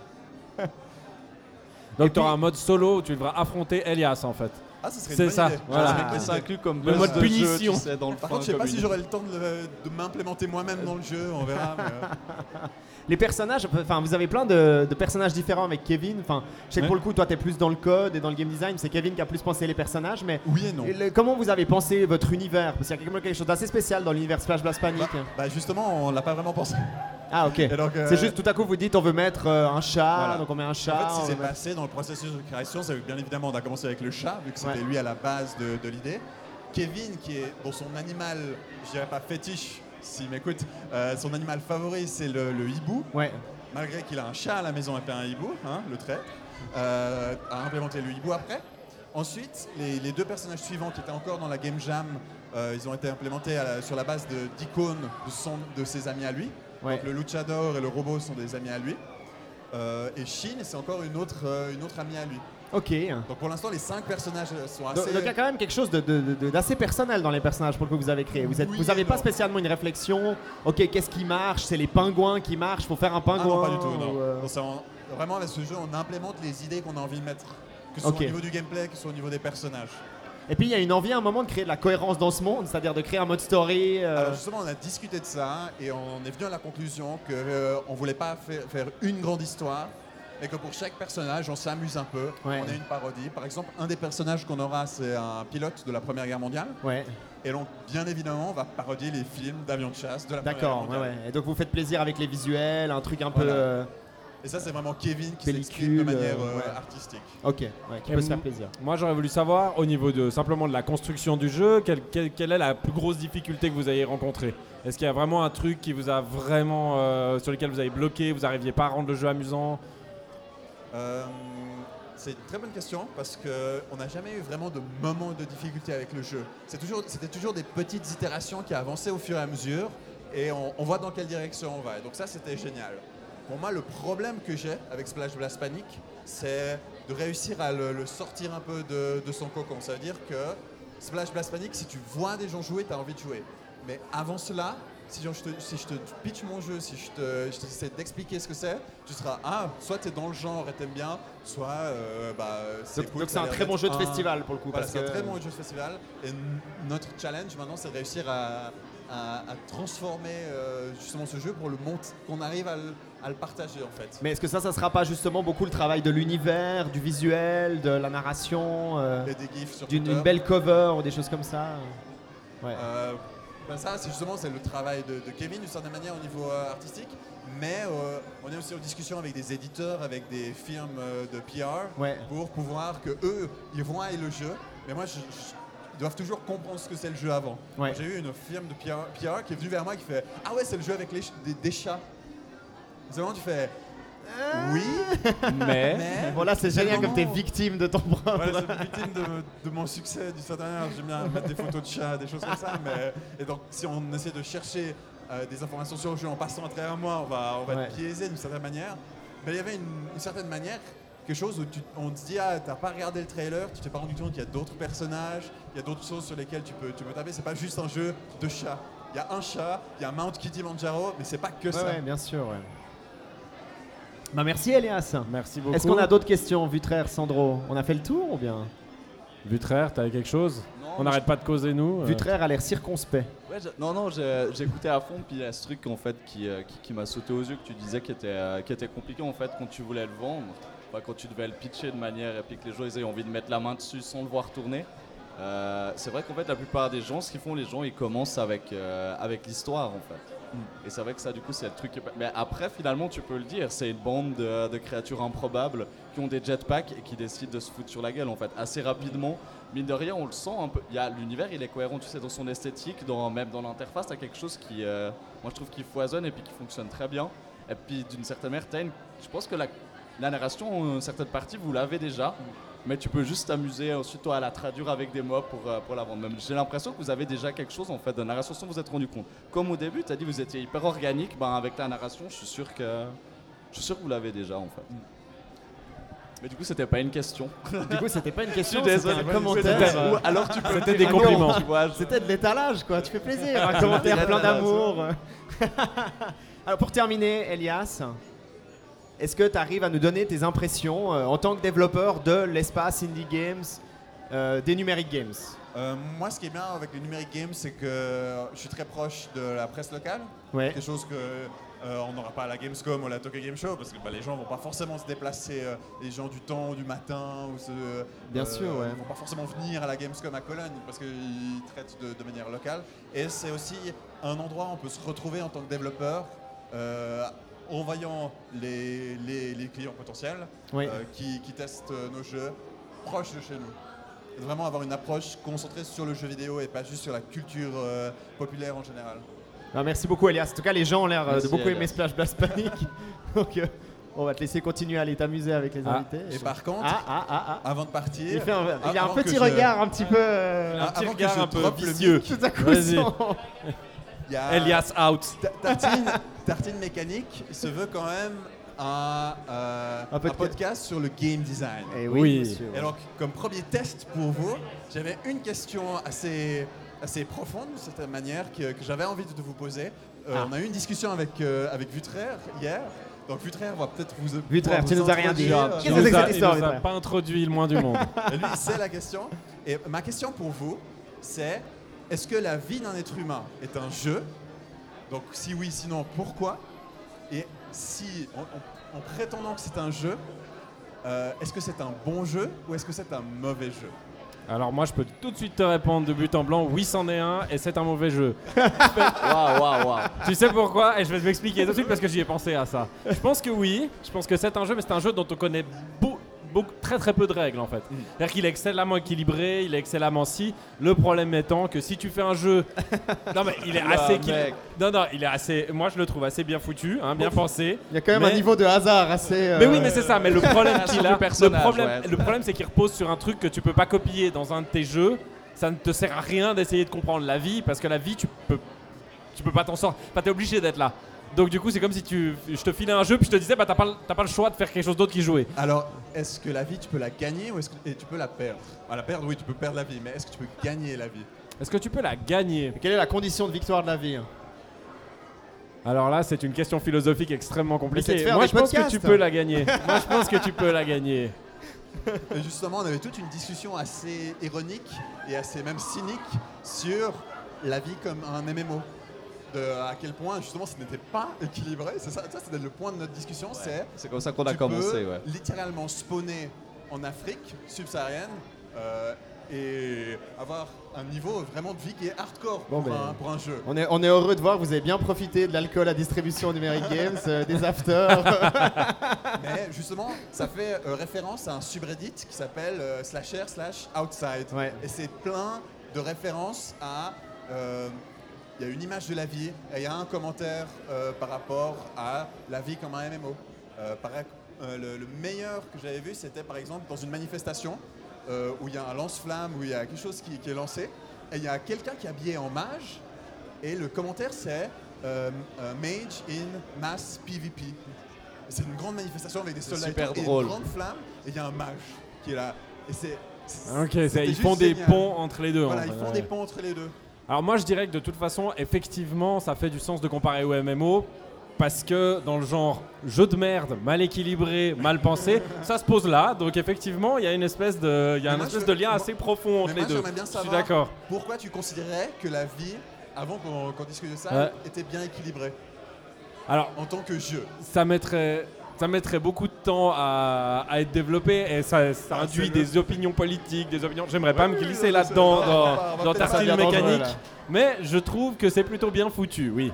Speaker 2: Donc tu auras un mode solo où tu devras affronter Elias en fait.
Speaker 3: Ah, ce serait une
Speaker 2: C'est
Speaker 3: bonne
Speaker 2: ça,
Speaker 3: idée.
Speaker 2: voilà.
Speaker 3: Ça serait une
Speaker 4: Ah,
Speaker 3: bonne
Speaker 4: c'est
Speaker 3: idée.
Speaker 4: inclus comme
Speaker 2: Le
Speaker 4: buzz
Speaker 2: mode
Speaker 4: de
Speaker 2: punition.
Speaker 4: jeu, tu sais, dans le
Speaker 3: Par
Speaker 4: point
Speaker 3: contre, je sais pas si
Speaker 4: community.
Speaker 3: j'aurai le temps de, le- de m'implémenter moi-même dans le jeu, on verra. mais, euh,
Speaker 1: Les personnages, enfin vous avez plein de, de personnages différents avec Kevin. Enfin, je sais que
Speaker 2: Ouais.
Speaker 1: pour le coup, toi t'es plus dans le code et dans le game design. C'est Kevin qui a plus pensé les personnages, mais
Speaker 3: Oui et non.
Speaker 1: Et le- comment vous avez pensé votre univers? Parce qu'il y a quand même quelque chose d'assez spécial dans l'univers Splash Blast Panic.
Speaker 3: Bah, bah, justement, on l'a pas vraiment pensé.
Speaker 1: Ah ok.
Speaker 3: Et donc, euh,
Speaker 1: C'est juste tout à coup vous dites on veut mettre euh, un chat,
Speaker 3: Voilà.
Speaker 1: donc on met un chat.
Speaker 3: En fait,
Speaker 1: on
Speaker 3: ce qui s'est
Speaker 1: veut mettre-
Speaker 3: passé dans le processus de création, c'est que bien évidemment, on a commencé avec le chat, vu que c'était
Speaker 1: Ouais.
Speaker 3: lui à la base de, de l'idée. Kevin, qui est dans son animal, je dirais pas fétiche, s'il m'écoute, euh, son animal favori, c'est le, le hibou.
Speaker 1: Ouais.
Speaker 3: malgré qu'il a un chat à la maison et pas un hibou, hein, le trait, euh, a implémenté le hibou après. Ensuite, les, les deux personnages suivants qui étaient encore dans la Game Jam, euh, ils ont été implémentés à la- sur la base de- d'icônes de, son- de ses amis à lui.
Speaker 1: Ouais.
Speaker 3: Donc le luchador et le robot sont des amis à lui. Euh, et Shin, c'est encore une autre, euh, une autre amie à lui.
Speaker 1: Ok.
Speaker 3: Donc pour l'instant, les cinq personnages sont
Speaker 1: Donc,
Speaker 3: assez...
Speaker 1: donc il y a quand même quelque chose de- de- de- d'assez personnel dans les personnages pour le coup que vous avez créés. Vous
Speaker 3: Oui
Speaker 1: n'avez
Speaker 3: et
Speaker 1: pas
Speaker 3: non.
Speaker 1: spécialement une réflexion. Ok, qu'est-ce qui marche? C'est les pingouins qui marchent. Faut faire un
Speaker 3: Ah
Speaker 1: pingouin.
Speaker 3: non, pas du tout, non.
Speaker 1: ou, euh,
Speaker 3: Non, c'est en- vraiment, avec ce jeu, on implémente les idées qu'on a envie de mettre. Que ce soit
Speaker 1: Ok.
Speaker 3: au niveau du gameplay, que ce soit au niveau des personnages.
Speaker 1: Et puis il y a une envie à un moment de créer de la cohérence dans ce monde, c'est-à-dire de créer un mode story. euh,
Speaker 3: Alors justement, on a discuté de ça et on est venu à la conclusion qu'on ne voulait pas faire, faire une grande histoire, et que pour chaque personnage, on s'amuse un peu.
Speaker 1: Ouais.
Speaker 3: On a une parodie. Par exemple, un des personnages qu'on aura, c'est un pilote de la Première Guerre mondiale.
Speaker 1: Ouais,
Speaker 3: Et donc, bien évidemment, on va parodier les films d'avions de chasse de la Première Guerre
Speaker 1: d'accord. Ouais,
Speaker 3: mondiale.
Speaker 1: ouais. Et donc vous faites plaisir avec les visuels, un truc un peu.
Speaker 3: Voilà.
Speaker 1: euh,
Speaker 3: Et ça, c'est vraiment Kevin qui
Speaker 1: Pellicule,
Speaker 3: s'exprime de manière
Speaker 1: euh,
Speaker 3: euh,
Speaker 1: ouais.
Speaker 3: artistique.
Speaker 1: Ok, ouais, qui
Speaker 2: Et
Speaker 1: peut se
Speaker 2: m-
Speaker 1: faire plaisir.
Speaker 2: Moi, j'aurais voulu savoir, au niveau de simplement de la construction du jeu, quelle, quelle- quelle est la plus grosse difficulté que vous ayez rencontrée? Est-ce qu'il y a vraiment un truc qui vous a vraiment, euh, sur lequel vous avez bloqué, vous n'arriviez pas à rendre le jeu amusant?
Speaker 3: Euh, c'est une très bonne question parce qu'on n'a jamais eu vraiment de moment de difficulté avec le jeu. C'est toujours, c'était toujours des petites itérations qui avançaient au fur et à mesure et on, on voit dans quelle direction on va. Et donc ça, c'était génial. Pour moi, le problème que j'ai avec Splash Blast Panic, c'est de réussir à le, le sortir un peu de, de son cocon. Ça veut dire que Splash Blast Panic, si tu vois des gens jouer, tu as envie de jouer. Mais avant cela, si je te, si je te pitch mon jeu, si je te, je t'essaie d'expliquer ce que c'est, tu seras, ah, soit tu es dans le genre et t'aimes bien, soit euh, bah, c'est
Speaker 1: Donc
Speaker 3: cool.
Speaker 1: donc
Speaker 3: ça
Speaker 1: c'est
Speaker 3: a
Speaker 1: un
Speaker 3: l'air
Speaker 1: très bon
Speaker 3: d'être
Speaker 1: jeu de
Speaker 3: un-
Speaker 1: festival pour le coup.
Speaker 3: Voilà,
Speaker 1: parce
Speaker 3: c'est un
Speaker 1: que-
Speaker 3: très bon jeu de festival. Et n- notre challenge maintenant, c'est de réussir à, à- à transformer euh, justement ce jeu pour le monter, qu'on arrive à le, à le partager en fait.
Speaker 1: Mais est-ce que ça, ça sera pas justement beaucoup le travail de l'univers, du visuel, de la narration, euh,
Speaker 3: Et des gifs sur
Speaker 1: d'une
Speaker 3: Twitter.
Speaker 1: une belle cover ou des choses comme ça? Ouais.
Speaker 3: Euh, ben ça, c'est justement c'est le travail de, de Kevin d'une certaine manière au niveau euh, artistique, mais euh, on est aussi en discussion avec des éditeurs, avec des firmes euh, de P R
Speaker 1: Ouais.
Speaker 3: pour pouvoir que eux ils voient le jeu, mais moi je, je- ils doivent toujours comprendre ce que c'est le jeu avant.
Speaker 1: Ouais.
Speaker 3: J'ai eu une firme de P R, P R qui est venue vers moi qui fait ah ouais c'est le jeu avec les ch- des, des chats. C'est vraiment tu fais oui,
Speaker 2: Mais,
Speaker 3: mais
Speaker 1: Bon là c'est
Speaker 3: c'est
Speaker 1: génial
Speaker 3: le
Speaker 1: comme t'es
Speaker 3: moment.
Speaker 1: victime de ton propre.
Speaker 3: Ouais, c'est victime de, de mon succès d'une certaine manière. J'aime bien mettre des photos de chats, des choses comme ça. Mais, et donc, si on essaie de chercher euh, des informations sur le jeu en passant à travers moi, on va, on va
Speaker 1: Ouais.
Speaker 3: être biaisé d'une certaine manière. Mais il y avait une, une certaine manière, quelque chose où tu, on te dit, ah, t'as pas regardé le trailer, tu t'es pas rendu compte qu'il y a d'autres personnages, il y a d'autres choses sur lesquelles tu peux, tu peux taper. C'est pas juste un jeu de chats. Il y a un chat, il y a Mount Kilimanjaro, mais c'est pas que
Speaker 1: Ouais,
Speaker 3: ça.
Speaker 1: ouais, bien sûr. Ouais. Bah merci Elias.
Speaker 2: merci beaucoup.
Speaker 1: Est-ce qu'on a d'autres questions, Vutraire, Sandro? On a fait le tour ou bien?
Speaker 2: Vutraire, t'avais quelque chose?
Speaker 4: Non,
Speaker 2: On
Speaker 4: mais
Speaker 2: n'arrête pas de causer, nous. euh.
Speaker 1: Vutraire a l'air circonspect.
Speaker 4: Ouais, j'ai- non, non, j'ai j'ai écouté à fond, puis il y a ce truc en fait qui, euh, qui, qui m'a sauté aux yeux, que tu disais qui était, euh, qui était compliqué en fait quand tu voulais le vendre, enfin, quand tu devais le pitcher de manière et puis que les gens ils aient envie de mettre la main dessus sans le voir tourner. Euh, c'est vrai qu'en fait la plupart des gens, ce qu'ils font les gens, ils commencent avec, euh, avec l'histoire en fait. Et c'est vrai que ça du coup c'est le truc. qui est pas- Mais après finalement tu peux le dire, c'est une bande de, de créatures improbables qui ont des jetpacks et qui décident de se foutre sur la gueule en fait assez rapidement. Mine de rien on le sent un peu. Il y a l'univers il est cohérent tu sais dans son esthétique, dans, même dans l'interface t'as quelque chose qui, euh, moi je trouve qui foisonne et puis qui fonctionne très bien. Et puis d'une certaine manière t'as une, je pense que la, la narration une certaine partie vous l'avez déjà. Mais tu peux juste t'amuser ensuite toi à la traduire avec des mots pour, euh, pour la vendre. Même j'ai l'impression que vous avez déjà quelque chose en fait de narration sans vous être rendu compte. Comme au début, tu as dit que vous étiez hyper organique, ben avec la narration, je suis sûr que je suis sûr que vous l'avez déjà en fait. Mais du coup, c'était pas une question.
Speaker 1: Du coup, c'était pas une question,
Speaker 4: Je suis
Speaker 1: c'était un
Speaker 4: désolé,
Speaker 1: commentaire.
Speaker 4: c'était-
Speaker 1: euh,
Speaker 4: ou alors tu peux
Speaker 2: C'était
Speaker 4: le
Speaker 2: des
Speaker 4: dire,
Speaker 2: compliments.
Speaker 4: tu vois, je-
Speaker 1: C'était de l'étalage, quoi. Tu fais plaisir. Un commentaire plein d'amour. Alors, pour terminer, Elias, est-ce que tu arrives à nous donner tes impressions euh, en tant que développeur de l'espace Indie Games, euh, des Numeric Games?
Speaker 3: Euh, moi, ce qui est bien avec les numeric games, c'est que je suis très proche de la presse locale.
Speaker 1: Ouais.
Speaker 3: Quelque chose que euh, on n'aura pas à la Gamescom ou à la Tokyo Game Show parce que bah, les gens vont pas forcément se déplacer, euh, les gens du temps du matin ou se,
Speaker 1: Bien sûr, ouais.
Speaker 3: vont pas forcément venir à la Gamescom à Cologne parce qu'ils traitent de, de manière locale. Et c'est aussi un endroit où on peut se retrouver en tant que développeur euh, en voyant les, les- les clients potentiels
Speaker 1: Oui.
Speaker 3: euh, qui, qui testent nos jeux proches de chez nous. Et vraiment avoir une approche concentrée sur le jeu vidéo et pas juste sur la culture euh, populaire en général.
Speaker 1: Non, merci beaucoup, Elias. En tout cas, les gens ont l'air euh, de
Speaker 4: Merci,
Speaker 1: beaucoup aimer
Speaker 4: Elias.
Speaker 1: Splash Blast Panic. Donc, euh, on va te laisser continuer à aller t'amuser avec les
Speaker 2: Ah.
Speaker 1: invités.
Speaker 3: Et par contre,
Speaker 1: Ah, ah, ah, ah.
Speaker 3: avant de partir,
Speaker 1: Il, fait un, il a un
Speaker 3: avant
Speaker 1: petit
Speaker 3: que je-
Speaker 1: regard un petit peu. euh,
Speaker 2: Un petit
Speaker 3: avant que
Speaker 2: regard
Speaker 3: je
Speaker 2: un peu
Speaker 3: drop le
Speaker 2: vicieux.
Speaker 3: mic,
Speaker 1: tout à coup,
Speaker 2: Vas-y.
Speaker 1: sans-
Speaker 3: il y a-
Speaker 2: Elias out.
Speaker 3: Ta- Tartine, Tartine Mécanique se veut quand même un, euh,
Speaker 1: Un
Speaker 3: un
Speaker 1: podca-
Speaker 3: podcast sur le game design.
Speaker 1: Eh
Speaker 2: Oui.
Speaker 1: oui, monsieur.
Speaker 3: Et donc, comme premier test pour vous, j'avais une question assez, assez profonde, d'une certaine manière, que, que j'avais envie de vous poser. Euh,
Speaker 1: Ah.
Speaker 3: On a eu une discussion avec, euh, avec Vutraire hier. Donc, Vutraire va peut-être vous.
Speaker 1: Vutraire,
Speaker 3: pouvoir
Speaker 1: tu
Speaker 3: vous
Speaker 1: nous as rien dit.
Speaker 3: introduire,
Speaker 1: Qu'est-ce
Speaker 2: Il
Speaker 1: que
Speaker 3: euh,
Speaker 1: c'est
Speaker 2: nous
Speaker 1: que
Speaker 2: a-
Speaker 1: cette
Speaker 2: il nous
Speaker 1: histoire,
Speaker 2: a
Speaker 1: Victor
Speaker 2: pas introduit le moins du monde.
Speaker 3: Et lui, c'est la question. Et ma question pour vous, c'est est-ce que la vie d'un être humain est un jeu? Donc, si oui, sinon, pourquoi? Et si, en, en- en prétendant que c'est un jeu, euh, est-ce que c'est un bon jeu ou est-ce que c'est un mauvais jeu?
Speaker 2: Alors moi je peux tout de suite te répondre de but en blanc, oui c'en est un et c'est un mauvais jeu.
Speaker 4: Waouh, waouh, waouh.
Speaker 2: Tu sais pourquoi? Et je vais m'expliquer tout de suite parce que j'y ai pensé à ça. Je pense que oui, je pense que c'est un jeu, mais c'est un jeu dont on connaît beau- beaucoup, très très peu de règles en fait. C'est-à-dire qu'il est excellemment équilibré, il est excellemment si. Le problème étant que si tu fais un jeu, non mais il est
Speaker 4: Oula,
Speaker 2: assez, équil-
Speaker 4: mec.
Speaker 2: non non, il est assez, moi je le trouve assez bien foutu, hein, bien pensé.
Speaker 1: Il y a quand même
Speaker 2: Mais-
Speaker 1: un niveau de hasard assez. euh,
Speaker 2: Mais oui, mais c'est ça. Mais le problème
Speaker 4: Sur
Speaker 2: qu'il
Speaker 4: du
Speaker 2: a, le
Speaker 4: personnage,
Speaker 2: problème,
Speaker 4: ouais.
Speaker 2: le problème, c'est qu'il repose sur un truc que tu peux pas copier dans un de tes jeux. Ça ne te sert à rien d'essayer de comprendre la vie parce que la vie, tu peux, tu peux pas t'en sortir. Enfin, t'es obligé d'être là. Donc du coup, c'est comme si tu, je te filais un jeu puis je te disais, bah t'as pas, le- t'as pas le choix de faire quelque chose d'autre qu'y jouer.
Speaker 3: Alors, est-ce que la vie, tu peux la gagner ou est-ce que et tu peux la perdre? Ah, la perdre, oui, tu peux perdre la vie, mais est-ce que tu peux gagner la vie?
Speaker 2: Est-ce que tu peux la gagner?
Speaker 1: Quelle est la condition de victoire de la vie?
Speaker 2: Alors là, c'est une question philosophique extrêmement
Speaker 1: c'est de
Speaker 2: compliquée.
Speaker 1: faire
Speaker 2: Moi,
Speaker 1: des
Speaker 2: je pense que
Speaker 1: podcasts.
Speaker 2: tu peux la gagner. Moi, je pense que tu peux la gagner.
Speaker 3: Et justement, on avait toute une discussion assez ironique et assez même cynique sur la vie comme un M M O. De à quel point justement ce n'était pas équilibré. C'est ça, ça c'était le point de notre discussion. C'est
Speaker 4: C'est comme ça qu'on a
Speaker 3: tu
Speaker 4: commencé,
Speaker 3: peux
Speaker 4: ouais.
Speaker 3: littéralement spawner en Afrique subsaharienne euh, et avoir un niveau vraiment de vie qui est hardcore
Speaker 1: Bon,
Speaker 3: pour,
Speaker 1: ben,
Speaker 3: un, pour un jeu.
Speaker 1: On est, on est heureux de voir que vous avez bien profité de l'alcool à distribution Numeric Games, euh, des afters.
Speaker 3: Mais justement, ça fait euh, référence à un subreddit qui s'appelle euh, slasher slash outside.
Speaker 1: Ouais.
Speaker 3: Et c'est plein de références à... euh, il y a une image de la vie et il y a un commentaire euh, par rapport à la vie comme un M M O. Euh, par- euh, le, le meilleur que j'avais vu, c'était par exemple dans une manifestation euh, où il y a un lance-flamme, où il y a quelque chose qui, qui est lancé et il y a quelqu'un qui est habillé en mage et le commentaire c'est euh, euh, Mage in Mass P V P. C'est une grande manifestation avec des
Speaker 4: C'est
Speaker 3: soldats et
Speaker 4: super
Speaker 3: tout, et
Speaker 4: drôle.
Speaker 3: une grande flamme et il y a un mage qui est là. Et c'est, c'est-
Speaker 2: Ok, c'est-
Speaker 3: c'était
Speaker 2: ils
Speaker 3: juste
Speaker 2: font des
Speaker 3: génial.
Speaker 2: ponts entre les deux.
Speaker 3: Voilà,
Speaker 2: en
Speaker 3: ils
Speaker 2: fait,
Speaker 3: font
Speaker 2: ouais.
Speaker 3: des ponts entre les deux.
Speaker 2: Alors moi je dirais que de toute façon, effectivement, ça fait du sens de comparer au M M O parce que dans le genre jeu de merde, mal équilibré, mal pensé, ça se pose là. Donc effectivement, il y a une espèce de, il y a
Speaker 3: Mais
Speaker 2: un
Speaker 3: moi,
Speaker 2: espèce
Speaker 3: je-
Speaker 2: de lien
Speaker 3: moi-
Speaker 2: assez profond entre
Speaker 3: Mais
Speaker 2: les
Speaker 3: moi,
Speaker 2: deux.
Speaker 3: j'aimerais bien
Speaker 2: Je suis
Speaker 3: savoir
Speaker 2: d'accord.
Speaker 3: pourquoi tu considérais que la vie, avant qu'on qu'on discute de ça,
Speaker 2: Ouais.
Speaker 3: était bien équilibrée
Speaker 2: Alors
Speaker 3: en tant que jeu.
Speaker 2: ça mettrait, ça mettrait beaucoup de temps à, à être développé et ça, ça
Speaker 3: Ah,
Speaker 2: induit
Speaker 3: c'est
Speaker 2: des opinions politiques, des opinions. J'aimerais pas
Speaker 3: Ouais,
Speaker 2: me
Speaker 3: oui,
Speaker 2: glisser
Speaker 3: oui,
Speaker 2: là-dedans
Speaker 3: c'est-
Speaker 2: dans,
Speaker 3: on va- on va
Speaker 2: dans
Speaker 3: peut-être
Speaker 2: ta
Speaker 3: pas
Speaker 2: style
Speaker 1: dire dangereux,
Speaker 2: mécanique,
Speaker 1: là.
Speaker 2: mais je trouve que c'est plutôt bien foutu. Oui,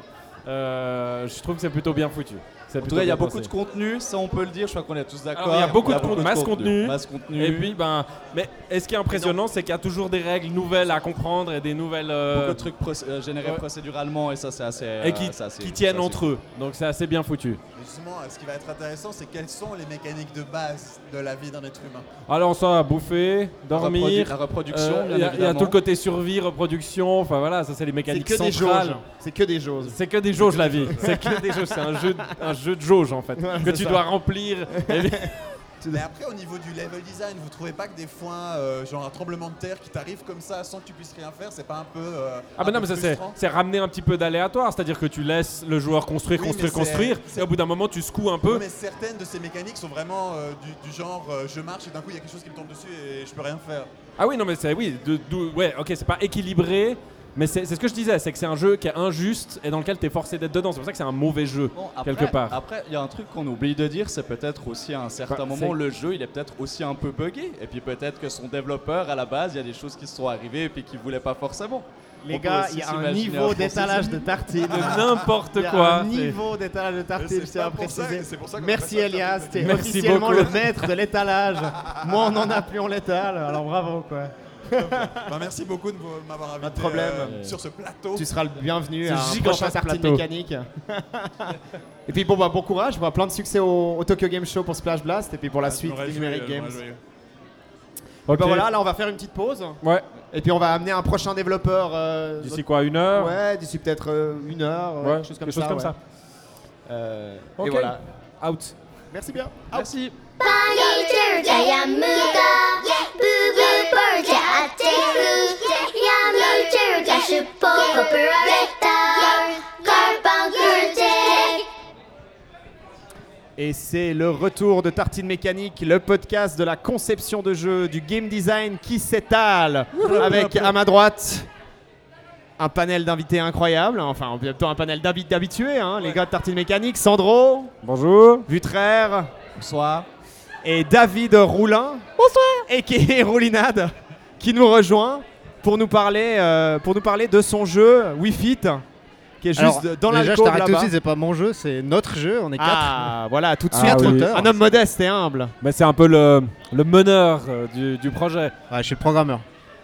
Speaker 2: Euh, je trouve que c'est plutôt bien foutu. C'est
Speaker 4: En tout
Speaker 2: plutôt
Speaker 4: cas, il y a
Speaker 2: bien
Speaker 4: beaucoup
Speaker 2: pensé.
Speaker 4: de contenu, ça on peut le dire, je crois qu'on est tous d'accord.
Speaker 2: Alors, il y a beaucoup de contenu, masse contenu.
Speaker 4: Masse contenu.
Speaker 2: Et puis, ben, mais et ce qui est impressionnant, c'est qu'il y a toujours des règles nouvelles à comprendre et des nouvelles euh,
Speaker 4: beaucoup de trucs proc- euh, générés
Speaker 2: ouais.
Speaker 4: procéduralement et ça c'est assez.
Speaker 2: et qui,
Speaker 4: euh, c'est assez-
Speaker 2: qui tiennent
Speaker 4: c'est assez
Speaker 2: entre eux. Donc c'est assez bien foutu.
Speaker 3: Et justement, ce qui va être intéressant, c'est quelles sont les mécaniques de base de la vie d'un être humain.
Speaker 2: Alors ça, bouffer,
Speaker 4: La reprodu-
Speaker 2: dormir.
Speaker 4: la reproduction,
Speaker 2: euh,
Speaker 4: bien
Speaker 2: Il y, a- il y a
Speaker 4: évidemment.
Speaker 2: tout le côté survie, reproduction. Enfin voilà, ça c'est les
Speaker 1: C'est
Speaker 2: mécaniques
Speaker 1: que des
Speaker 2: centrales.
Speaker 1: jauges. C'est que des jauges.
Speaker 2: C'est que des jauges la vie. C'est que des jauges. C'est un jeu, de- un jeu de jauge en fait
Speaker 1: Voilà,
Speaker 2: que
Speaker 1: c'est
Speaker 2: tu
Speaker 1: ça.
Speaker 2: dois remplir. Et-
Speaker 3: Mais après, au niveau du level design, vous trouvez pas que des fois, euh, genre un tremblement de terre qui t'arrive comme ça sans que tu puisses rien faire, c'est pas un peu. euh,
Speaker 2: Ah
Speaker 3: un
Speaker 2: ben non
Speaker 3: peu
Speaker 2: mais ça c'est
Speaker 3: frustrant
Speaker 2: c'est ramener un petit peu d'aléatoire, c'est-à-dire que tu laisses le joueur construire,
Speaker 3: Oui,
Speaker 2: construire,
Speaker 3: mais c'est-
Speaker 2: construire,
Speaker 3: c'est-
Speaker 2: et au bout d'un moment tu secoues un peu.
Speaker 3: Oui, mais certaines de ces mécaniques sont vraiment euh, du, du genre euh, je marche et d'un coup il y a quelque chose qui me tombe dessus et je peux rien faire.
Speaker 2: Ah oui non mais c'est oui, de- d'où- ouais ok c'est pas équilibré, mais c'est c'est ce que je disais, c'est que c'est un jeu qui est injuste et dans lequel tu es forcé d'être dedans, c'est pour ça que c'est un mauvais jeu
Speaker 4: Bon, après,
Speaker 2: quelque part.
Speaker 4: Après, il y a un truc qu'on oublie de dire, c'est peut-être aussi à un certain
Speaker 2: Bah,
Speaker 4: moment,
Speaker 2: c'est-
Speaker 4: le jeu, il est peut-être aussi un peu buggé. Et puis peut-être que son développeur, à la base, il y a des choses qui se sont arrivées et puis qu'il voulait pas forcément.
Speaker 1: Les
Speaker 4: On peut
Speaker 1: gars,
Speaker 4: aussi
Speaker 1: il y a un
Speaker 4: s'imaginer
Speaker 1: niveau
Speaker 4: un
Speaker 1: d'étalage de tartine.
Speaker 2: De n'importe
Speaker 1: Il y a
Speaker 2: quoi.
Speaker 1: un
Speaker 2: c'est-
Speaker 1: niveau d'étalage de tartine,
Speaker 3: c'est
Speaker 1: je tiens à
Speaker 3: pas pour ça-
Speaker 1: préciser.
Speaker 3: c'est pour ça qu'on
Speaker 1: Merci
Speaker 3: appelle ça
Speaker 1: Elias,
Speaker 3: tartine.
Speaker 1: t'es
Speaker 2: Merci
Speaker 1: officiellement
Speaker 2: beaucoup.
Speaker 1: le maître de l'étalage. Moins on en a, plus on l'étale. Alors bravo quoi.
Speaker 3: Bah, merci beaucoup de vous- m'avoir invité
Speaker 1: Pas de problème.
Speaker 3: euh, sur ce plateau.
Speaker 1: Tu seras le bienvenu
Speaker 2: Ce
Speaker 1: à un
Speaker 2: gigantesque
Speaker 1: prochain Tartine
Speaker 2: plateau.
Speaker 1: Mécanique. Et puis bon, bah, bon courage, bah, plein de succès au, au Tokyo Game Show pour Splash Blast et puis pour la
Speaker 3: Ah, je
Speaker 1: suite
Speaker 3: me
Speaker 1: du
Speaker 3: réjouis,
Speaker 1: Numeric
Speaker 3: je me
Speaker 1: Games.
Speaker 3: réjouis.
Speaker 2: Ok.
Speaker 1: Bah, voilà, là on va faire une petite pause
Speaker 2: Ouais.
Speaker 1: et puis on va amener un prochain développeur. euh,
Speaker 2: D'ici quoi, une heure?
Speaker 1: Ouais, d'ici peut-être euh, une heure, euh,
Speaker 2: Ouais,
Speaker 1: quelque chose comme
Speaker 2: quelque
Speaker 1: ça.
Speaker 2: chose comme
Speaker 1: ouais.
Speaker 2: ça.
Speaker 1: Euh,
Speaker 2: Ok.
Speaker 1: Et voilà.
Speaker 2: Out.
Speaker 1: Merci bien.
Speaker 4: Merci.
Speaker 5: Paniture Yamuka, Boo Boo Bird Ateru, Yamuka Shupo Operator, Carpenter.
Speaker 1: Et c'est le retour de Tartine Mécanique, le podcast de la conception de jeux, du game design qui s'étale. Avec à ma droite un panel d'invités incroyables, enfin plutôt un panel d'habi- d'habitués, hein, les gars de Tartine Mécanique, Sandro,
Speaker 2: Bonjour.
Speaker 1: Vutraire
Speaker 4: Bonsoir.
Speaker 1: et David Roulin. Bonsoir. Et qui est Roulinade, qui nous rejoint pour nous parler, euh, pour nous parler de son jeu Wii Fit, qui est juste
Speaker 6: Alors,
Speaker 1: dans
Speaker 6: déjà, je
Speaker 1: l'alcôve
Speaker 6: t'arrête tout de
Speaker 1: là-bas.
Speaker 6: suite, c'est pas mon jeu, c'est notre jeu, on est quatre.
Speaker 1: Ah, voilà, tout de
Speaker 2: Ah,
Speaker 1: suite,
Speaker 2: oui.
Speaker 6: auteurs.
Speaker 1: un homme modeste et humble.
Speaker 2: Mais c'est un peu le, le meneur euh, du, du projet.
Speaker 6: Ouais, je suis le programmeur.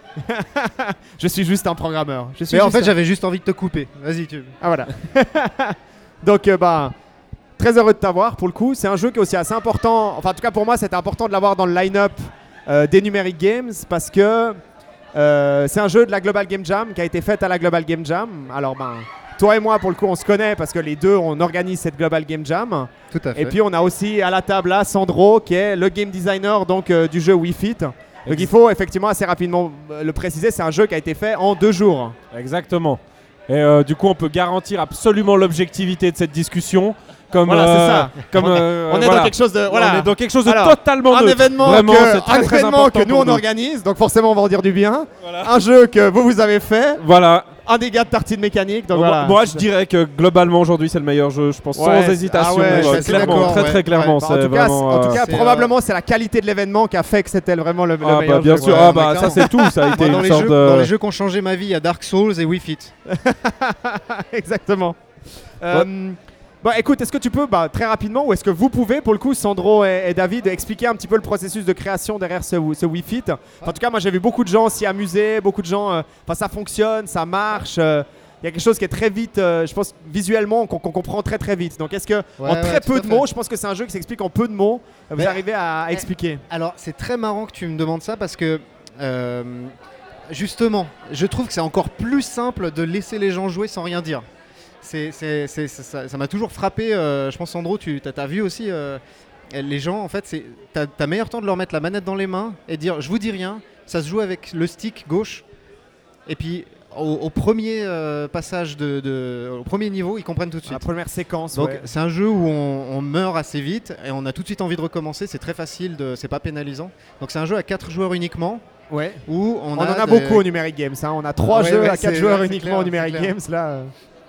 Speaker 1: Je suis juste un programmeur. Je suis
Speaker 6: Mais en
Speaker 1: juste
Speaker 6: fait,
Speaker 1: un-
Speaker 6: j'avais juste envie de te couper. Vas-y, tu.
Speaker 1: Ah voilà. Donc euh, bah très heureux de t'avoir pour le coup. C'est un jeu qui est aussi assez important. Enfin en tout cas pour moi c'était important de l'avoir dans le line-up euh, des Numeric Games parce que euh, c'est un jeu de la Global Game Jam qui a été fait à la Global Game Jam. Alors ben toi et moi pour le coup on se connaît parce que les deux on organise cette Global Game Jam.
Speaker 6: Tout à fait.
Speaker 1: Et puis on a aussi à la table là Sandro qui est le game designer donc euh, du jeu Wii Fit. Donc il faut effectivement assez rapidement euh, le préciser, c'est un jeu qui a été fait en deux jours.
Speaker 2: Exactement. Et euh, du coup, on peut garantir absolument l'objectivité de cette discussion. Comme,
Speaker 1: Voilà, c'est
Speaker 2: euh,
Speaker 1: ça.
Speaker 2: Comme,
Speaker 1: On est-
Speaker 2: euh,
Speaker 1: on est
Speaker 2: voilà.
Speaker 1: dans quelque chose de voilà.
Speaker 2: On est dans quelque chose de
Speaker 1: Alors,
Speaker 2: totalement
Speaker 1: un
Speaker 2: neutre.
Speaker 1: événement,
Speaker 2: Vraiment,
Speaker 1: que,
Speaker 2: c'est très,
Speaker 1: un
Speaker 2: très
Speaker 1: événement
Speaker 2: important
Speaker 1: que nous
Speaker 2: pour
Speaker 1: on
Speaker 2: nous.
Speaker 1: organise, donc forcément on va en dire du bien.
Speaker 2: Voilà.
Speaker 1: Un jeu que vous vous avez fait,
Speaker 2: Voilà.
Speaker 1: un des gars de Tartine Mécanique. Donc
Speaker 2: Moi-
Speaker 1: voilà.
Speaker 2: Moi, je dirais que globalement, aujourd'hui, c'est le meilleur jeu. Je pense
Speaker 1: Ouais,
Speaker 2: sans hésitation.
Speaker 1: ah ouais,
Speaker 2: euh,
Speaker 1: je suis
Speaker 6: assez
Speaker 2: clairement,
Speaker 6: d'accord,
Speaker 2: très
Speaker 6: ouais.
Speaker 2: très clairement.
Speaker 1: Bah,
Speaker 2: c'est
Speaker 1: en tout cas,
Speaker 2: vraiment,
Speaker 1: en tout
Speaker 2: euh,
Speaker 1: cas
Speaker 6: c'est,
Speaker 1: probablement c'est la qualité de l'événement qui a fait que c'était vraiment le, le
Speaker 2: ah,
Speaker 1: meilleur
Speaker 2: bah, bien
Speaker 1: jeu.
Speaker 2: sûr.
Speaker 6: Ouais,
Speaker 2: Ah,
Speaker 6: mais
Speaker 2: bah, ça,
Speaker 6: clairement.
Speaker 2: c'est tout. Ça a été
Speaker 6: Moi, dans,
Speaker 2: une
Speaker 6: les
Speaker 2: sorte
Speaker 6: jeux,
Speaker 2: de.
Speaker 6: dans les jeux qui ont changé ma vie, il y a Dark Souls et Wii Fit.
Speaker 1: Exactement. Euh, Bah écoute, est-ce que tu peux bah, très rapidement, ou est-ce que vous pouvez, pour le coup, Sandro et, et David, expliquer un petit peu le processus de création derrière ce, ce Wii Fit. En tout cas, moi j'ai vu beaucoup de gens s'y amuser, beaucoup de gens, euh, enfin ça fonctionne, ça marche. euh, Il y a quelque chose qui est très vite, euh, je pense visuellement, qu'on qu'on comprend très très vite. Donc est-ce que
Speaker 6: Ouais,
Speaker 1: en
Speaker 6: ouais,
Speaker 1: très
Speaker 6: tout
Speaker 1: peu
Speaker 6: à
Speaker 1: de
Speaker 6: fait.
Speaker 1: mots, je pense que c'est un jeu qui s'explique en peu de mots, vous
Speaker 6: Mais-
Speaker 1: arrivez à, à
Speaker 6: Eh,
Speaker 1: expliquer.
Speaker 6: Alors, c'est très marrant que tu me demandes ça parce que, euh, justement, je trouve que c'est encore plus simple de laisser les gens jouer sans rien dire. C'est, c'est- c'est- c'est- ça ça m'a toujours frappé. euh, je pense, Sandro, tu as vu aussi. euh, les gens, en fait, c'est t'as, t'as meilleur temps de leur mettre la manette dans les mains et dire je vous dis rien. Ça se joue avec le stick gauche. Et puis, au, au premier euh, passage, de, de- au premier niveau, ils comprennent tout de
Speaker 1: La
Speaker 6: suite.
Speaker 1: première séquence.
Speaker 6: Donc
Speaker 1: ouais.
Speaker 6: c'est un jeu où on, on meurt assez vite et on a tout de suite envie de recommencer. C'est très facile, de, c'est pas pénalisant. Donc c'est un jeu à quatre joueurs uniquement
Speaker 1: Ouais.
Speaker 6: où on,
Speaker 1: On,
Speaker 6: a
Speaker 1: en a
Speaker 6: des-
Speaker 1: beaucoup au Numeric Games. hein. On a trois
Speaker 6: Ouais,
Speaker 1: jeux
Speaker 6: ouais,
Speaker 1: à quatre
Speaker 6: c'est-
Speaker 1: joueurs
Speaker 6: ouais, c'est
Speaker 1: uniquement
Speaker 6: clair,
Speaker 1: au Numeric
Speaker 6: c'est clair.
Speaker 1: Games là. euh.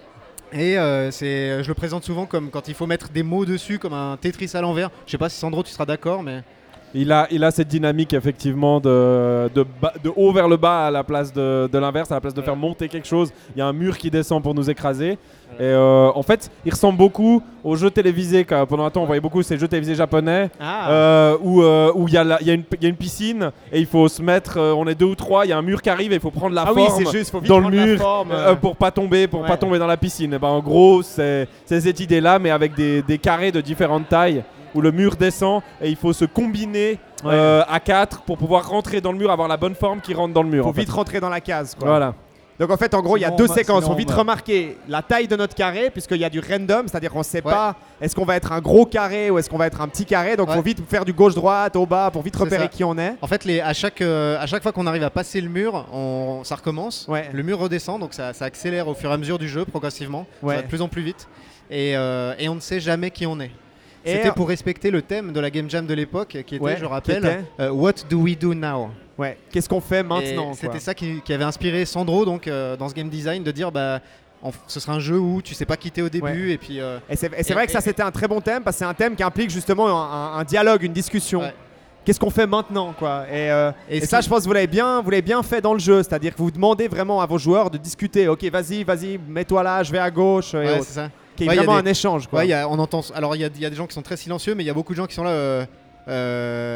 Speaker 6: Et euh, c'est, je le présente souvent comme quand il faut mettre des mots dessus, comme un Tetris à l'envers. Je sais pas si Sandro tu seras d'accord, mais
Speaker 2: Il a, il a cette dynamique effectivement de, de, bas- de haut vers le bas à la place de, de l'inverse, à la place de faire monter quelque chose. Il y a un mur qui descend pour nous écraser. Et euh, en fait, il ressemble beaucoup aux jeux télévisés. Quand, pendant un temps, on voyait beaucoup ces jeux télévisés japonais
Speaker 1: Ah.
Speaker 2: euh, où euh, où il y, a la- il y, a une- il y a une piscine et il faut se mettre. euh, on est deux ou trois. Il y a un mur qui arrive et il faut prendre la
Speaker 1: Ah oui,
Speaker 2: forme
Speaker 1: c'est juste, faut vite
Speaker 2: dans le
Speaker 1: prendre la
Speaker 2: mur
Speaker 1: forme,
Speaker 2: euh,
Speaker 1: euh.
Speaker 2: pour pas tomber, pour
Speaker 1: Ouais.
Speaker 2: pas tomber dans la piscine. Et ben, en gros, c'est c'est cette idée-là, mais avec des, des carrés de différentes tailles où le mur descend et il faut se combiner
Speaker 1: Ouais.
Speaker 2: euh, à quatre pour pouvoir rentrer dans le mur, avoir la bonne forme qui rentre dans le mur.
Speaker 1: Faut
Speaker 2: en fait.
Speaker 1: vite rentrer dans la case. Quoi.
Speaker 2: Voilà.
Speaker 1: Donc en fait, en gros, il y a
Speaker 4: Sinon,
Speaker 1: deux
Speaker 4: on meurt-
Speaker 1: séquences.
Speaker 4: sinon,
Speaker 1: Faut
Speaker 4: on
Speaker 1: vite
Speaker 4: meurt.
Speaker 1: remarquer la taille de notre carré, puisqu'il y a du random, c'est-à-dire qu'on ne sait
Speaker 6: Ouais.
Speaker 1: pas est-ce qu'on va être un gros carré ou est-ce qu'on va être un petit carré. Donc
Speaker 6: Ouais.
Speaker 1: faut vite faire du gauche-droite, au bas, pour vite
Speaker 6: C'est
Speaker 1: repérer
Speaker 6: ça.
Speaker 1: qui on est.
Speaker 6: en fait les, à, chaque, euh, à chaque fois qu'on arrive à passer le mur, on, ça recommence.
Speaker 1: Ouais.
Speaker 6: Le mur redescend, donc ça, ça accélère au fur et à mesure du jeu progressivement.
Speaker 1: Ouais.
Speaker 6: Ça va de plus en plus vite. Et, euh, et on ne sait jamais qui on est.
Speaker 1: Et-
Speaker 6: C'était pour respecter le thème de la Game Jam de l'époque, qui était,
Speaker 1: Ouais,
Speaker 6: je
Speaker 1: qui
Speaker 6: rappelle,
Speaker 1: était
Speaker 6: euh, What do we do now?
Speaker 1: Ouais. Qu'est-ce qu'on fait
Speaker 6: Et
Speaker 1: maintenant quoi.
Speaker 6: C'était ça qui, qui avait inspiré Sandro donc, euh, dans ce game design de dire bah, en- ce sera un jeu où tu sais pas qui t'es au début
Speaker 1: Ouais.
Speaker 6: et puis euh,
Speaker 1: Et c'est et c'est
Speaker 6: Et-
Speaker 1: vrai que ça
Speaker 6: et-
Speaker 1: c'était un très bon thème parce que c'est un thème qui implique justement un, un- un dialogue, une discussion.
Speaker 6: Ouais.
Speaker 1: Qu'est-ce qu'on fait maintenant quoi. Et, euh,
Speaker 6: Et
Speaker 1: et
Speaker 6: si-
Speaker 1: ça, je pense que vous l'avez bien, vous l'avez bien fait dans le jeu, c'est-à-dire que vous demandez vraiment à vos joueurs de discuter. Ok, vas-y, vas-y, mets-toi là, je vais à gauche. et
Speaker 6: ouais,
Speaker 1: autres.
Speaker 6: c'est ça.
Speaker 1: Qui est
Speaker 6: Ouais, y a
Speaker 1: vraiment
Speaker 6: des-
Speaker 1: un échange quoi.
Speaker 6: Ouais, y a- on entend. Alors il y, a- il y a des gens qui sont très silencieux, mais il y a beaucoup de gens qui sont là. euh, euh,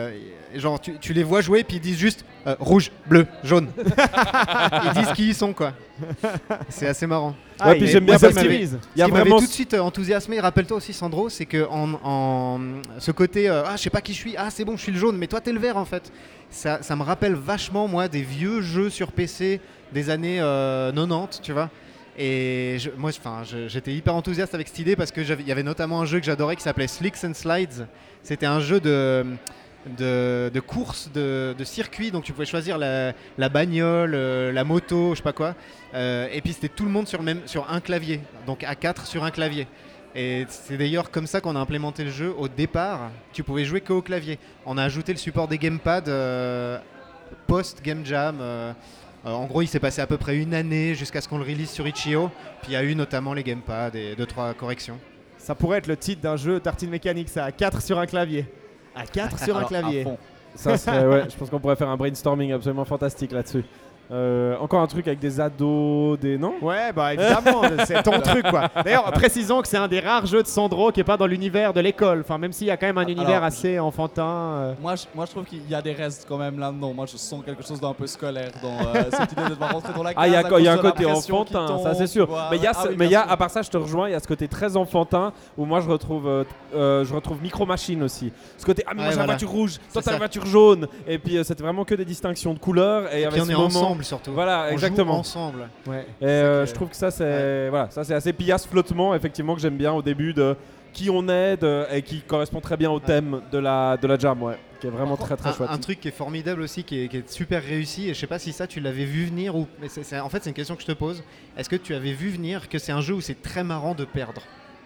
Speaker 6: genre tu, tu les vois jouer puis ils disent juste euh, rouge, bleu, jaune. Ils disent qui ils sont quoi. C'est assez marrant.
Speaker 2: Ouais, puis
Speaker 1: il-
Speaker 2: j'aime
Speaker 1: moi,
Speaker 2: bien
Speaker 1: ça
Speaker 2: parce qu'il
Speaker 1: m'avait-
Speaker 2: y
Speaker 6: Ce
Speaker 2: a
Speaker 6: qui m'avait
Speaker 2: vraiment
Speaker 6: tout de suite euh, enthousiasmé, rappelle-toi aussi Sandro, c'est que en, en- ce côté euh, ah je sais pas qui je suis, ah c'est bon je suis le jaune, mais toi t'es le vert en fait. Ça, ça me rappelle vachement moi des vieux jeux sur P C des années euh, quatre-vingt-dix, tu vois. Et je- moi enfin je- j'étais hyper enthousiaste avec cette idée parce que j'avais- il y avait notamment un jeu que j'adorais qui s'appelait Slicks and Slides. C'était un jeu de de, de course, de, de circuit, donc tu pouvais choisir la, la bagnole, euh, la moto, je sais pas quoi. Euh, et puis c'était tout le monde sur, le même, sur un clavier, donc à quatre sur un clavier. Et c'est d'ailleurs comme ça qu'on a implémenté le jeu. Au départ, tu pouvais jouer qu'au clavier. On a ajouté le support des gamepads euh, post-Game Jam. euh, euh, en gros, il s'est passé à peu près une année jusqu'à ce qu'on le release sur itch point io. Puis il y a eu notamment les gamepads et deux trois corrections.
Speaker 1: Ça pourrait être le titre d'un jeu Tartine Mécanique, ça, à quatre sur un clavier. À quatre sur un
Speaker 4: Alors,
Speaker 1: clavier.
Speaker 4: à fond.
Speaker 2: Ça serait, ouais, je pense qu'on pourrait faire un brainstorming absolument fantastique là-dessus. Euh, encore un truc avec des ados, des non.
Speaker 1: Ouais, bah évidemment, c'est ton truc quoi. D'ailleurs, précisons que c'est un des rares jeux de Sandro qui est pas dans l'univers de l'école. Enfin, même s'il y a quand même un
Speaker 4: Alors,
Speaker 1: univers assez enfantin. euh.
Speaker 4: Moi je, moi, je trouve qu'il y a des restes quand même là-dedans. Moi, je sens quelque chose d'un peu scolaire dans euh, cette idée de devoir rentrer dans la case.
Speaker 2: Ah, il y a,
Speaker 4: à
Speaker 2: il y a un
Speaker 4: cause de la
Speaker 2: côté
Speaker 4: pression qui
Speaker 2: enfantin,
Speaker 4: tombe,
Speaker 2: ça c'est
Speaker 4: tu
Speaker 2: sûr.
Speaker 4: vois.
Speaker 2: Mais il y a,
Speaker 4: Ah
Speaker 2: ce-
Speaker 4: oui,
Speaker 2: mais il y
Speaker 4: bien
Speaker 2: a,
Speaker 4: sûr.
Speaker 2: à part ça, je te rejoins, il y a ce côté très enfantin où moi je retrouve, euh, euh, je retrouve Micro Machine aussi. Ce côté, ah mais moi
Speaker 6: Ouais,
Speaker 2: j'ai la
Speaker 6: voilà.
Speaker 2: voiture rouge, toi
Speaker 6: C'est
Speaker 2: t'as la
Speaker 6: ça.
Speaker 2: voiture jaune. Et puis euh, c'était vraiment que des distinctions de couleurs. Et,
Speaker 6: Et
Speaker 2: avec
Speaker 6: puis on
Speaker 2: ce
Speaker 6: est
Speaker 2: moment,
Speaker 6: ensemble surtout.
Speaker 2: Voilà,
Speaker 6: On
Speaker 2: exactement.
Speaker 6: joue ensemble.
Speaker 1: Ouais.
Speaker 2: Et euh,
Speaker 6: que-
Speaker 2: je trouve que ça c'est voilà, ça c'est assez pillasse flottement effectivement que j'aime bien au début de qui on est de- et qui correspond très bien au thème de la de la jam, ouais, qui est vraiment très très
Speaker 6: un,
Speaker 2: chouette.
Speaker 6: un truc qui est formidable aussi, qui est, qui est super réussi, et je sais pas si ça tu l'avais vu venir ou. Mais c'est- c'est- en fait, c'est une question que je te pose. Est-ce que tu avais vu venir que c'est un jeu où c'est très marrant de perdre?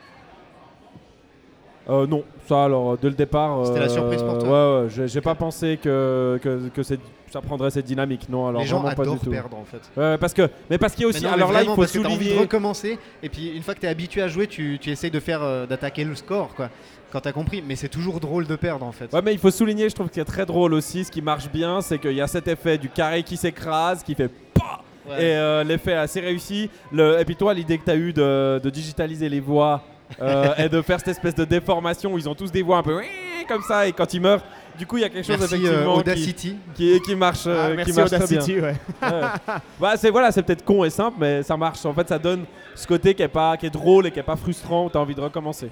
Speaker 2: Euh, non, ça alors dès le départ.
Speaker 6: C'était la
Speaker 2: euh,
Speaker 6: surprise pour toi.
Speaker 2: Ouais, ouais, j'ai j'ai pas pensé que que, que c'est- ça prendrait cette dynamique, non. Alors
Speaker 6: Les gens
Speaker 2: vraiment pas du
Speaker 6: adorent
Speaker 2: tout.
Speaker 6: perdre en fait.
Speaker 2: Ouais, ouais, parce que mais parce qu'il y a aussi
Speaker 6: Mais non,
Speaker 2: alors
Speaker 6: mais
Speaker 2: là il
Speaker 6: vraiment,
Speaker 2: faut
Speaker 6: parce que t'as envie de
Speaker 2: souligner.
Speaker 6: recommencer, et puis une fois que tu es habitué à jouer, tu, tu essayes de faire euh, d'attaquer le score quoi. Quand t'as compris, mais c'est toujours drôle de perdre en fait.
Speaker 2: Ouais, mais il faut souligner, je trouve qu'il est très drôle aussi. Ce qui marche bien, c'est qu'il y a cet effet du carré qui s'écrase, qui fait PAH
Speaker 6: Ouais.
Speaker 2: et euh, l'effet est assez réussi. Le, et puis toi, l'idée que tu as eue de, de digitaliser les voix euh, et de faire cette espèce de déformation où ils ont tous des voix un peu comme ça et quand ils meurent, du coup il y a quelque chose
Speaker 6: Merci euh,
Speaker 2: effectivement qui,
Speaker 6: Audacity.
Speaker 2: qui, qui marche, euh,
Speaker 1: Ah,
Speaker 2: qui
Speaker 1: merci
Speaker 2: marche très bien.
Speaker 1: Audacity, ouais.
Speaker 2: Ouais. Bah, c'est voilà, c'est peut-être con et simple, mais ça marche. En fait, ça donne ce côté qui est pas, qui est drôle et qui est pas frustrant où t'as envie de recommencer.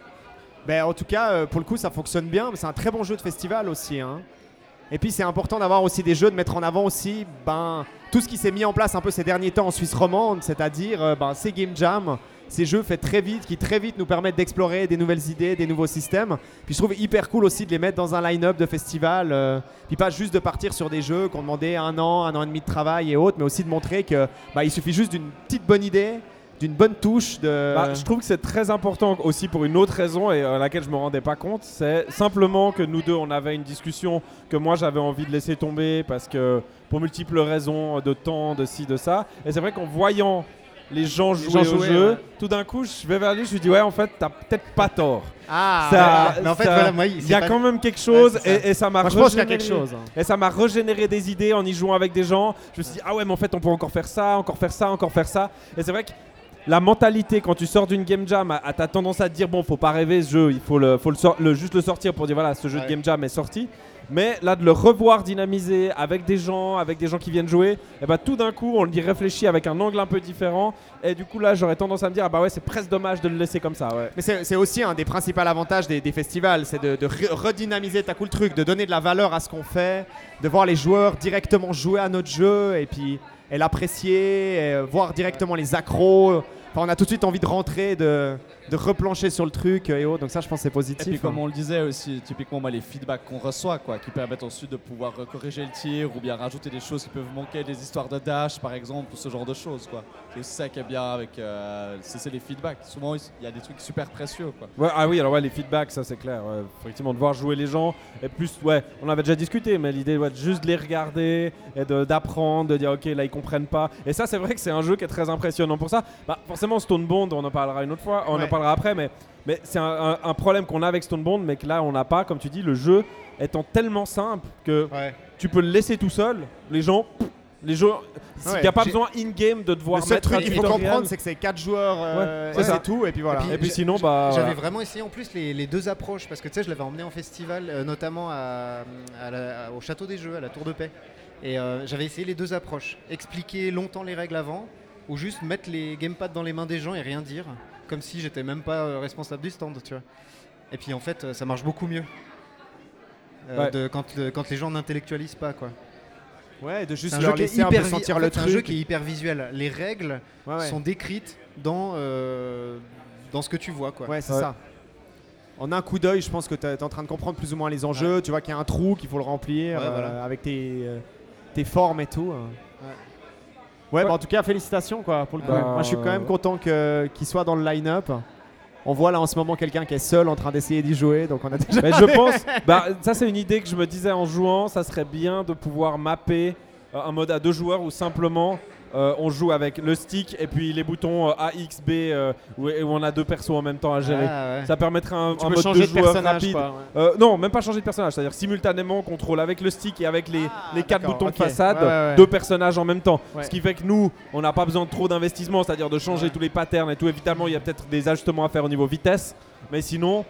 Speaker 1: Ben, en tout cas, euh, pour le coup, ça fonctionne bien. Mais c'est un très bon jeu de festival aussi. Hein. Et puis, c'est important d'avoir aussi des jeux, de mettre en avant aussi ben, tout ce qui s'est mis en place un peu ces derniers temps en Suisse romande, c'est-à-dire euh, ben, ces Game Jam, ces jeux faits très vite, qui très vite nous permettent d'explorer des nouvelles idées, des nouveaux systèmes. Puis je trouve hyper cool aussi de les mettre dans un line-up de festival. euh, puis pas juste de partir sur des jeux qu'on demandait un an, un an et demi de travail et autres, mais aussi de montrer que bah, il suffit juste d'une petite bonne idée, d'une bonne touche. De...
Speaker 2: Bah, je trouve que c'est très important aussi pour une autre raison et à laquelle je me rendais pas compte, c'est simplement que nous deux on avait une discussion que moi j'avais envie de laisser tomber parce que pour multiples raisons de temps, de ci, de ça. Et c'est vrai qu'en voyant les gens jouer
Speaker 1: gens
Speaker 2: au
Speaker 1: jouer,
Speaker 2: jeu,
Speaker 1: ouais.
Speaker 2: tout d'un coup je vais vers lui, je lui dis ouais en fait t'as peut-être pas tort.
Speaker 1: Ah,
Speaker 2: Ça-
Speaker 6: mais en fait,
Speaker 2: ça-
Speaker 6: voilà, moi,
Speaker 2: il
Speaker 6: c'est
Speaker 2: y a
Speaker 6: pas-
Speaker 2: quand même quelque chose
Speaker 6: Ouais, c'est ça.
Speaker 2: et, et ça m'a
Speaker 1: moi je pense qu'il y a
Speaker 2: régénéré-
Speaker 1: quelque chose. hein.
Speaker 2: Et ça m'a régénéré des idées en y jouant avec des gens. Je me suis dit, ah ouais, mais en fait, on peut encore faire ça, encore faire ça, encore faire ça. Et c'est vrai que la mentalité, quand tu sors d'une game jam, à- à- t'as tendance à te dire, bon, faut pas rêver ce jeu, il faut, le, faut le sor- le- juste le sortir pour dire, voilà, ce jeu
Speaker 6: Ouais.
Speaker 2: de game jam est sorti. Mais là, de le revoir dynamisé avec des gens, avec des gens qui viennent jouer, et bah tout d'un coup, on y réfléchit avec un angle un peu différent. Et du coup, là, j'aurais tendance à me dire, ah bah ouais, c'est presque dommage de le laisser comme ça, ouais.
Speaker 1: Mais c'est c'est aussi un des principaux avantages des, des festivals, c'est de, de re- redynamiser ta cool truc, de donner de la valeur à ce qu'on fait, de voir les joueurs directement jouer à notre jeu et puis et l'apprécier, et, euh, voir directement les accros. Enfin, on a tout de suite envie de rentrer, de, de replancher sur le truc et autres. Donc ça, je pense que c'est
Speaker 4: Et
Speaker 1: positif.
Speaker 4: puis comme
Speaker 1: hein.
Speaker 4: on le disait aussi, typiquement moi, les feedbacks qu'on reçoit, quoi, qui permettent ensuite de pouvoir euh, corriger le tir ou bien rajouter des choses qui peuvent manquer, des histoires de dash par exemple, ou ce genre de choses, quoi. C'est aussi ça qui est bien avec, euh, c'est c'est les feedbacks. Souvent il y a des trucs super précieux, quoi.
Speaker 2: Ouais, ah oui, alors ouais, les feedbacks, ça c'est clair. Ouais. Effectivement, de voir jouer les gens. Et plus, ouais, on avait déjà discuté, mais l'idée, ouais, de juste de les regarder et de- d'apprendre, de, dire, ok, là ils comprennent pas. Et ça, c'est vrai que c'est un jeu qui est très impressionnant pour ça. Bah, forcément, Stonebond, on en parlera une autre fois, on en
Speaker 1: Ouais.
Speaker 2: parlera après, mais, mais c'est un, un- un problème qu'on a avec Stonebond, mais que là, on n'a pas. Comme tu dis, le jeu étant tellement simple que
Speaker 6: Ouais.
Speaker 2: tu peux le laisser tout seul, les gens, pff, Les jeux, il
Speaker 1: Ouais,
Speaker 2: n'y a pas
Speaker 1: j'ai-
Speaker 2: besoin in-game de devoir
Speaker 1: Le seul
Speaker 2: mettre
Speaker 1: truc
Speaker 2: un
Speaker 1: qu'il faut
Speaker 2: tutoriel.
Speaker 1: comprendre, c'est que c'est quatre joueurs, euh,
Speaker 2: Ouais, c'est
Speaker 1: et
Speaker 2: ça.
Speaker 1: c'est tout, et puis voilà.
Speaker 6: Et puis,
Speaker 2: Et puis
Speaker 6: J-
Speaker 2: sinon, bah.
Speaker 6: J'avais
Speaker 2: voilà.
Speaker 6: vraiment essayé en plus les, les deux approches parce que tu sais, je l'avais emmené en festival, euh, notamment à, à la- au Château des Jeux, à la Tour de Paix. Et euh, j'avais essayé les deux approches. Expliquer longtemps les règles avant ou juste mettre les gamepads dans les mains des gens et rien dire. Comme si j'étais même pas euh, responsable du stand, tu vois. Et puis en fait, euh, ça marche beaucoup mieux. Euh,
Speaker 2: Ouais.
Speaker 6: de, quand, le- quand les gens n'intellectualisent pas, quoi.
Speaker 1: Ouais, de
Speaker 6: C'est
Speaker 1: juste
Speaker 6: un,
Speaker 1: leur
Speaker 6: jeu qui est
Speaker 1: laisser un
Speaker 6: hyper
Speaker 1: peu
Speaker 6: vi-
Speaker 1: sentir
Speaker 6: en
Speaker 1: le
Speaker 6: fait, c'est un jeu
Speaker 1: truc.
Speaker 6: qui est hyper visuel. Les règles
Speaker 1: Ouais, ouais.
Speaker 6: sont décrites dans, euh, dans ce que tu vois, quoi.
Speaker 1: Ouais, c'est
Speaker 2: Ouais.
Speaker 1: ça. En un coup d'œil, je pense que tu es en train de comprendre plus ou moins les enjeux. Tu vois qu'il y a un trou, qu'il faut le remplir
Speaker 6: Ouais,
Speaker 1: euh,
Speaker 6: voilà.
Speaker 1: avec tes, euh, tes formes et tout. hein. Ouais,
Speaker 2: Ouais.
Speaker 1: bah, en tout cas, félicitations quoi, pour le coup.
Speaker 2: Bah,
Speaker 1: Moi, je suis quand même
Speaker 2: euh,
Speaker 1: content que- qu'il soit dans le line-up. On voit là en ce moment quelqu'un qui est seul en train d'essayer d'y jouer, donc on a déjà.
Speaker 2: Mais je pense, bah, ça c'est une idée que je me disais en jouant, ça serait bien de pouvoir mapper euh, un mode à deux joueurs où simplement euh, on joue avec le stick et puis les boutons euh, A, X, B euh, où, où on a deux persos en même temps à gérer.
Speaker 6: Ah, ouais.
Speaker 2: Ça permettrait un,
Speaker 1: Tu
Speaker 2: un
Speaker 1: peux
Speaker 2: mode
Speaker 1: changer
Speaker 2: de
Speaker 1: de
Speaker 2: joueur
Speaker 1: personnage,
Speaker 2: rapide.
Speaker 1: quoi, ouais.
Speaker 2: Euh, non, même pas changer de personnage, c'est-à-dire simultanément on contrôle avec le stick et avec les,
Speaker 1: Ah,
Speaker 2: les quatre
Speaker 1: d'accord,
Speaker 2: boutons
Speaker 1: ok.
Speaker 2: de façade
Speaker 1: Ouais, ouais, ouais.
Speaker 2: deux personnages en même temps.
Speaker 1: Ouais.
Speaker 2: Ce qui fait que nous, on n'a pas besoin de trop d'investissement, c'est-à-dire de changer
Speaker 1: Ouais.
Speaker 2: tous les patterns et tout. Évidemment, il y a peut-être des ajustements à faire au niveau vitesse, mais sinon,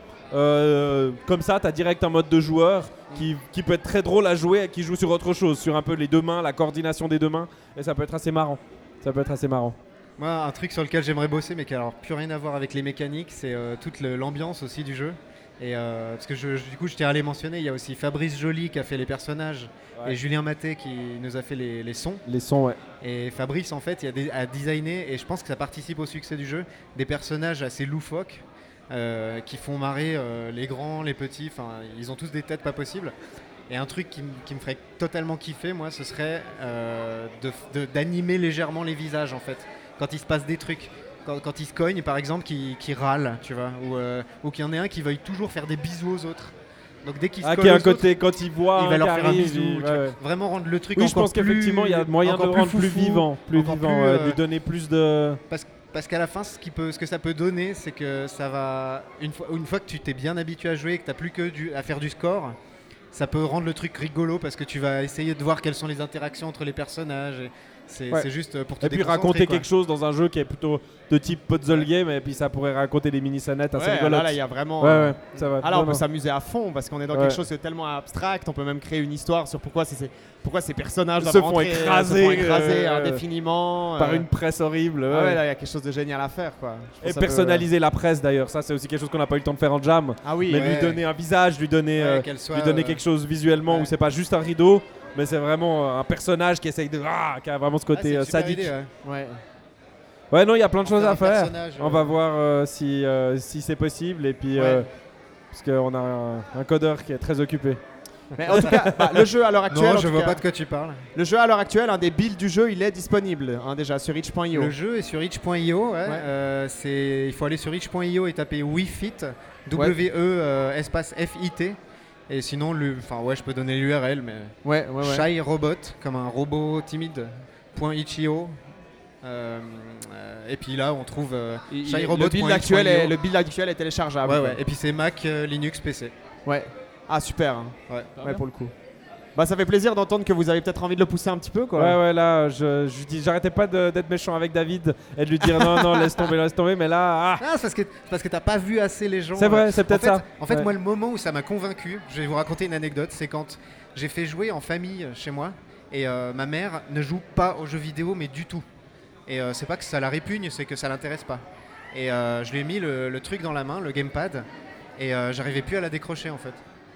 Speaker 2: euh, comme ça, tu as direct un mode de joueur qui, qui peut être très drôle à jouer et qui joue sur autre chose, sur un peu les deux mains, la coordination des deux mains, et ça peut être assez marrant. Ça peut être assez marrant.
Speaker 6: Moi, un truc sur lequel j'aimerais bosser, mais qui a alors plus rien à voir avec les mécaniques, c'est euh, toute le- l'ambiance aussi du jeu. Et euh, parce que je, je- du coup, je tiens à les mentionner. Il y a aussi Fabrice Joly qui a fait les personnages
Speaker 2: Ouais.
Speaker 6: et Julien Maté qui nous a fait les, les sons.
Speaker 2: Les sons, ouais.
Speaker 6: Et Fabrice, en fait, il a, des- a designé, et je pense que ça participe au succès du jeu, des personnages assez loufoques euh, qui font marrer euh, les grands, les petits. Enfin, ils ont tous des têtes pas possibles. Et un truc qui, m- qui me ferait totalement kiffer, moi, ce serait euh, de f- de- d'animer légèrement les visages, en fait, quand il se passe des trucs. Quand, quand ils se cognent, par exemple, qui, qui râlent, tu vois, ou, euh, ou qu'il y en ait un qui veuille toujours faire des bisous aux autres. Donc dès qu'il se
Speaker 2: Ah,
Speaker 6: colle
Speaker 2: qui a
Speaker 6: aux
Speaker 2: un
Speaker 6: autres,
Speaker 2: côté, quand il voit
Speaker 6: il
Speaker 2: un
Speaker 6: va leur
Speaker 2: qui
Speaker 6: faire un
Speaker 2: arrive,
Speaker 6: bisou.
Speaker 2: il-
Speaker 6: tu
Speaker 2: ouais,
Speaker 6: vois.
Speaker 2: ouais.
Speaker 6: Vraiment rendre le truc
Speaker 2: Oui, je
Speaker 6: encore
Speaker 2: pense
Speaker 6: plus-
Speaker 2: qu'effectivement, il y a moyen de
Speaker 6: encore
Speaker 2: le
Speaker 6: plus
Speaker 2: rendre plus
Speaker 6: foufou,
Speaker 2: vivant, plus
Speaker 6: encore
Speaker 2: vivant,
Speaker 6: plus,
Speaker 2: ouais,
Speaker 6: euh,
Speaker 2: de lui donner plus de.
Speaker 6: Parce, parce qu'à la fin, ce, qui peut, ce que ça peut donner, c'est que ça va. Une fois, une fois que tu t'es bien habitué à jouer et que tu n'as plus que du, à faire du score, ça peut rendre le truc rigolo parce que tu vas essayer de voir quelles sont les interactions entre les personnages. et C'est
Speaker 2: Ouais.
Speaker 6: c'est juste pour te
Speaker 2: Et puis
Speaker 6: déconcentrer,
Speaker 2: raconter
Speaker 6: quoi.
Speaker 2: quelque chose dans un jeu qui est plutôt de type puzzle game, et puis ça pourrait raconter des mini-scénettes assez
Speaker 1: Ouais,
Speaker 2: rigolotes.
Speaker 1: là, là, il y a vraiment.
Speaker 2: Ouais,
Speaker 1: euh,
Speaker 2: ouais, ça va.
Speaker 1: Ah là, on
Speaker 2: Non,
Speaker 1: peut
Speaker 2: non.
Speaker 1: s'amuser à fond parce qu'on est dans
Speaker 2: Ouais.
Speaker 1: quelque chose de tellement abstract. On peut même créer une histoire sur pourquoi, c'est, c'est- pourquoi ces personnages
Speaker 2: Se
Speaker 1: doivent
Speaker 2: font
Speaker 1: rentrer,
Speaker 2: écraser,
Speaker 1: se font écraser
Speaker 2: euh,
Speaker 1: indéfiniment.
Speaker 2: Par
Speaker 1: euh.
Speaker 2: une presse horrible.
Speaker 1: Ah
Speaker 2: ouais.
Speaker 1: ouais, là, il y a quelque chose de génial à faire, quoi. Je trouve
Speaker 2: Et
Speaker 1: ça peut-
Speaker 2: personnaliser la presse d'ailleurs, ça c'est aussi quelque chose qu'on n'a pas eu le temps de faire en jam.
Speaker 1: Ah oui,
Speaker 2: Mais
Speaker 6: ouais.
Speaker 2: lui donner un visage, lui donner,
Speaker 6: Ouais,
Speaker 2: euh,
Speaker 6: qu'elle soit,
Speaker 2: lui donner
Speaker 6: euh,
Speaker 2: quelque chose visuellement
Speaker 6: ouais.
Speaker 2: où c'est pas juste un rideau, mais c'est vraiment euh, un personnage qui essaye de. Ah, qui a vraiment ce
Speaker 6: Ah,
Speaker 2: côté
Speaker 6: c'est une
Speaker 2: euh,
Speaker 6: super
Speaker 2: sadique.
Speaker 6: idée, ouais.
Speaker 1: ouais.
Speaker 2: Ouais, non, il y a plein de
Speaker 6: En
Speaker 2: choses
Speaker 6: faire
Speaker 2: à
Speaker 6: un
Speaker 2: faire.
Speaker 6: personnage,
Speaker 2: On
Speaker 6: euh,
Speaker 2: va voir euh, si, euh, si c'est possible. Et puis,
Speaker 6: Ouais.
Speaker 2: euh, parce qu'on a un, un codeur qui est très occupé.
Speaker 1: Mais en tout cas, bah, le jeu à l'heure actuelle,
Speaker 6: Non,
Speaker 1: en
Speaker 6: je
Speaker 1: tout
Speaker 6: vois
Speaker 1: cas,
Speaker 6: pas de quoi tu parles.
Speaker 1: le jeu à l'heure actuelle, un des builds du jeu, il est disponible hein, déjà sur itch point io.
Speaker 6: Le jeu est sur itch point io. Ouais.
Speaker 1: Ouais.
Speaker 6: Euh, c'est- il faut aller sur itch point io et taper Wii Fit, W E euh, espace F I T. Et sinon, le, enfin ouais, je peux donner l'U R L, mais
Speaker 1: Ouais, ouais, ouais.
Speaker 6: Shy Robot, comme un robot timide. Point itch.io. Euh, euh, et puis là, on trouve euh,
Speaker 1: Il-
Speaker 6: Shy
Speaker 1: il-
Speaker 6: Robot
Speaker 1: le, build
Speaker 6: point
Speaker 1: actuel
Speaker 6: itch point io.
Speaker 1: est, le build actuel est téléchargeable.
Speaker 6: Ouais,
Speaker 1: quoi.
Speaker 6: ouais. Et puis c'est Mac, euh, Linux, P C.
Speaker 1: Ouais. Ah super. hein.
Speaker 6: Ouais.
Speaker 1: Ouais, pour le coup. Bah ça fait plaisir d'entendre que vous avez peut-être envie de le pousser un petit peu quoi.
Speaker 2: Ouais, ouais, là, je, je dis, j'arrêtais pas de- d'être méchant avec David et de lui dire non, non, laisse tomber, laisse tomber, mais là, ah,
Speaker 6: Ah, c'est parce que c'est parce que t'as pas vu assez les gens.
Speaker 2: c'est vrai, c'est peut-être
Speaker 6: en fait,
Speaker 2: ça.
Speaker 6: En fait,
Speaker 2: Ouais.
Speaker 6: moi, le moment où ça m'a convaincu, je vais vous raconter une anecdote, c'est quand j'ai fait jouer en famille chez moi et euh, ma mère ne joue pas aux jeux vidéo, mais du tout. Et euh, c'est pas que ça la répugne, c'est que ça l'intéresse pas. Et euh, je lui ai mis le, le truc dans la main, le gamepad, et euh, j'arrivais plus à la décrocher en fait.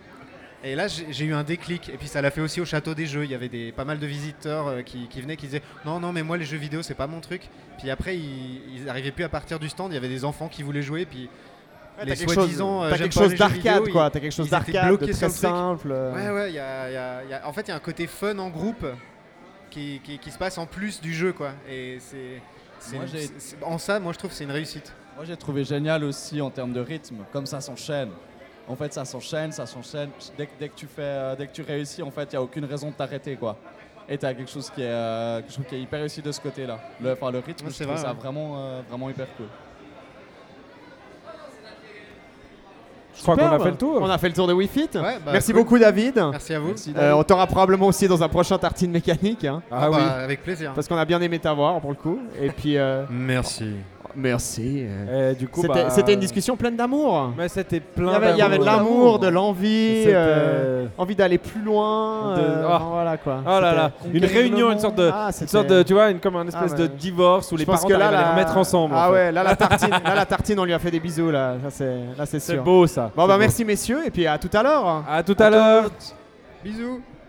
Speaker 6: Et là, j'ai j'ai eu un déclic. Et puis ça l'a fait aussi au Château des Jeux. Il y avait des, pas mal de visiteurs euh, qui, qui venaient, qui disaient non, non, mais moi les jeux vidéo c'est pas mon truc. Puis après, ils, ils arrivaient plus à partir du stand. Il y avait des enfants qui voulaient jouer. Puis
Speaker 1: Ouais,
Speaker 6: les
Speaker 1: t'as quelque chose,
Speaker 6: soi-disant, euh,
Speaker 1: t'as
Speaker 6: j'aime
Speaker 1: quelque
Speaker 6: pas
Speaker 1: chose
Speaker 6: les jeux
Speaker 1: d'arcade
Speaker 6: vidéo,
Speaker 1: quoi.
Speaker 6: ils-
Speaker 1: T'as quelque chose
Speaker 6: ils étaient
Speaker 1: d'arcade, de
Speaker 6: bloqués
Speaker 1: très
Speaker 6: sur le truc.
Speaker 1: simple. euh.
Speaker 6: ouais, ouais. il Y a, il y a- il y a- en fait, il y a un côté fun en groupe qui, qui- qui se passe en plus du jeu, quoi. Et c'est, c'est
Speaker 4: Moi,
Speaker 6: une-
Speaker 4: j'ai-
Speaker 6: c'est- c'est- en ça, moi je trouve que c'est une réussite.
Speaker 4: Moi j'ai trouvé génial aussi en termes de rythme, comme ça s'enchaîne. En fait ça s'enchaîne, ça s'enchaîne. Dès, que- dès que tu fais, euh, dès que tu réussis, en fait il n'y a aucune raison de t'arrêter quoi. Et tu as quelque chose qui est, euh, que je trouve qui est hyper réussi de ce côté-là. Le, enfin, le rythme,
Speaker 6: Ouais,
Speaker 4: je
Speaker 6: c'est
Speaker 4: trouve
Speaker 6: vrai,
Speaker 4: ça
Speaker 6: ouais.
Speaker 4: vraiment, euh, vraiment hyper cool.
Speaker 2: Je crois qu'on a
Speaker 1: Superbe.
Speaker 2: fait le tour.
Speaker 1: On a fait le tour de Wii Fit.
Speaker 6: Ouais, bah,
Speaker 1: Merci
Speaker 6: cool.
Speaker 1: beaucoup David.
Speaker 6: Merci à vous.
Speaker 1: Euh, on t'aura probablement aussi dans un prochain Tartine Mécanique, hein,
Speaker 2: Ah
Speaker 6: Bah,
Speaker 2: oui.
Speaker 6: avec plaisir.
Speaker 1: parce qu'on a bien aimé t'avoir pour le coup. Et puis, euh,
Speaker 6: Merci.
Speaker 1: merci. euh.
Speaker 2: Et du coup,
Speaker 1: C'était
Speaker 2: bah,
Speaker 1: c'était une discussion pleine d'amour.
Speaker 2: Mais c'était plein
Speaker 1: Il y avait, il y avait de l'amour, de l'envie,
Speaker 2: C'était-
Speaker 1: euh, envie d'aller plus loin.
Speaker 2: De-
Speaker 1: euh,
Speaker 2: oh.
Speaker 1: enfin, voilà quoi.
Speaker 2: Oh là là,
Speaker 1: C'était
Speaker 2: une
Speaker 1: conquérir
Speaker 2: réunion,
Speaker 1: le
Speaker 2: une sorte de,
Speaker 1: Ah,
Speaker 2: une
Speaker 1: c'était-
Speaker 2: sorte de, tu vois, une, comme un espèce
Speaker 1: Ah,
Speaker 2: de
Speaker 1: ouais.
Speaker 2: divorce où les
Speaker 1: Je pense
Speaker 2: parents
Speaker 1: que là,
Speaker 2: arrivent à les
Speaker 1: la-
Speaker 2: remettre ensemble.
Speaker 1: Ah
Speaker 2: en fait.
Speaker 1: ouais, là la tartine, là la tartine, on lui a fait des bisous là. Ça c'est, là c'est
Speaker 2: C'est
Speaker 1: sûr.
Speaker 2: beau ça.
Speaker 1: Bon
Speaker 2: C'est
Speaker 1: bah
Speaker 2: beau.
Speaker 1: merci messieurs et puis à tout à l'heure.
Speaker 2: À tout à l'heure.
Speaker 6: Bisous.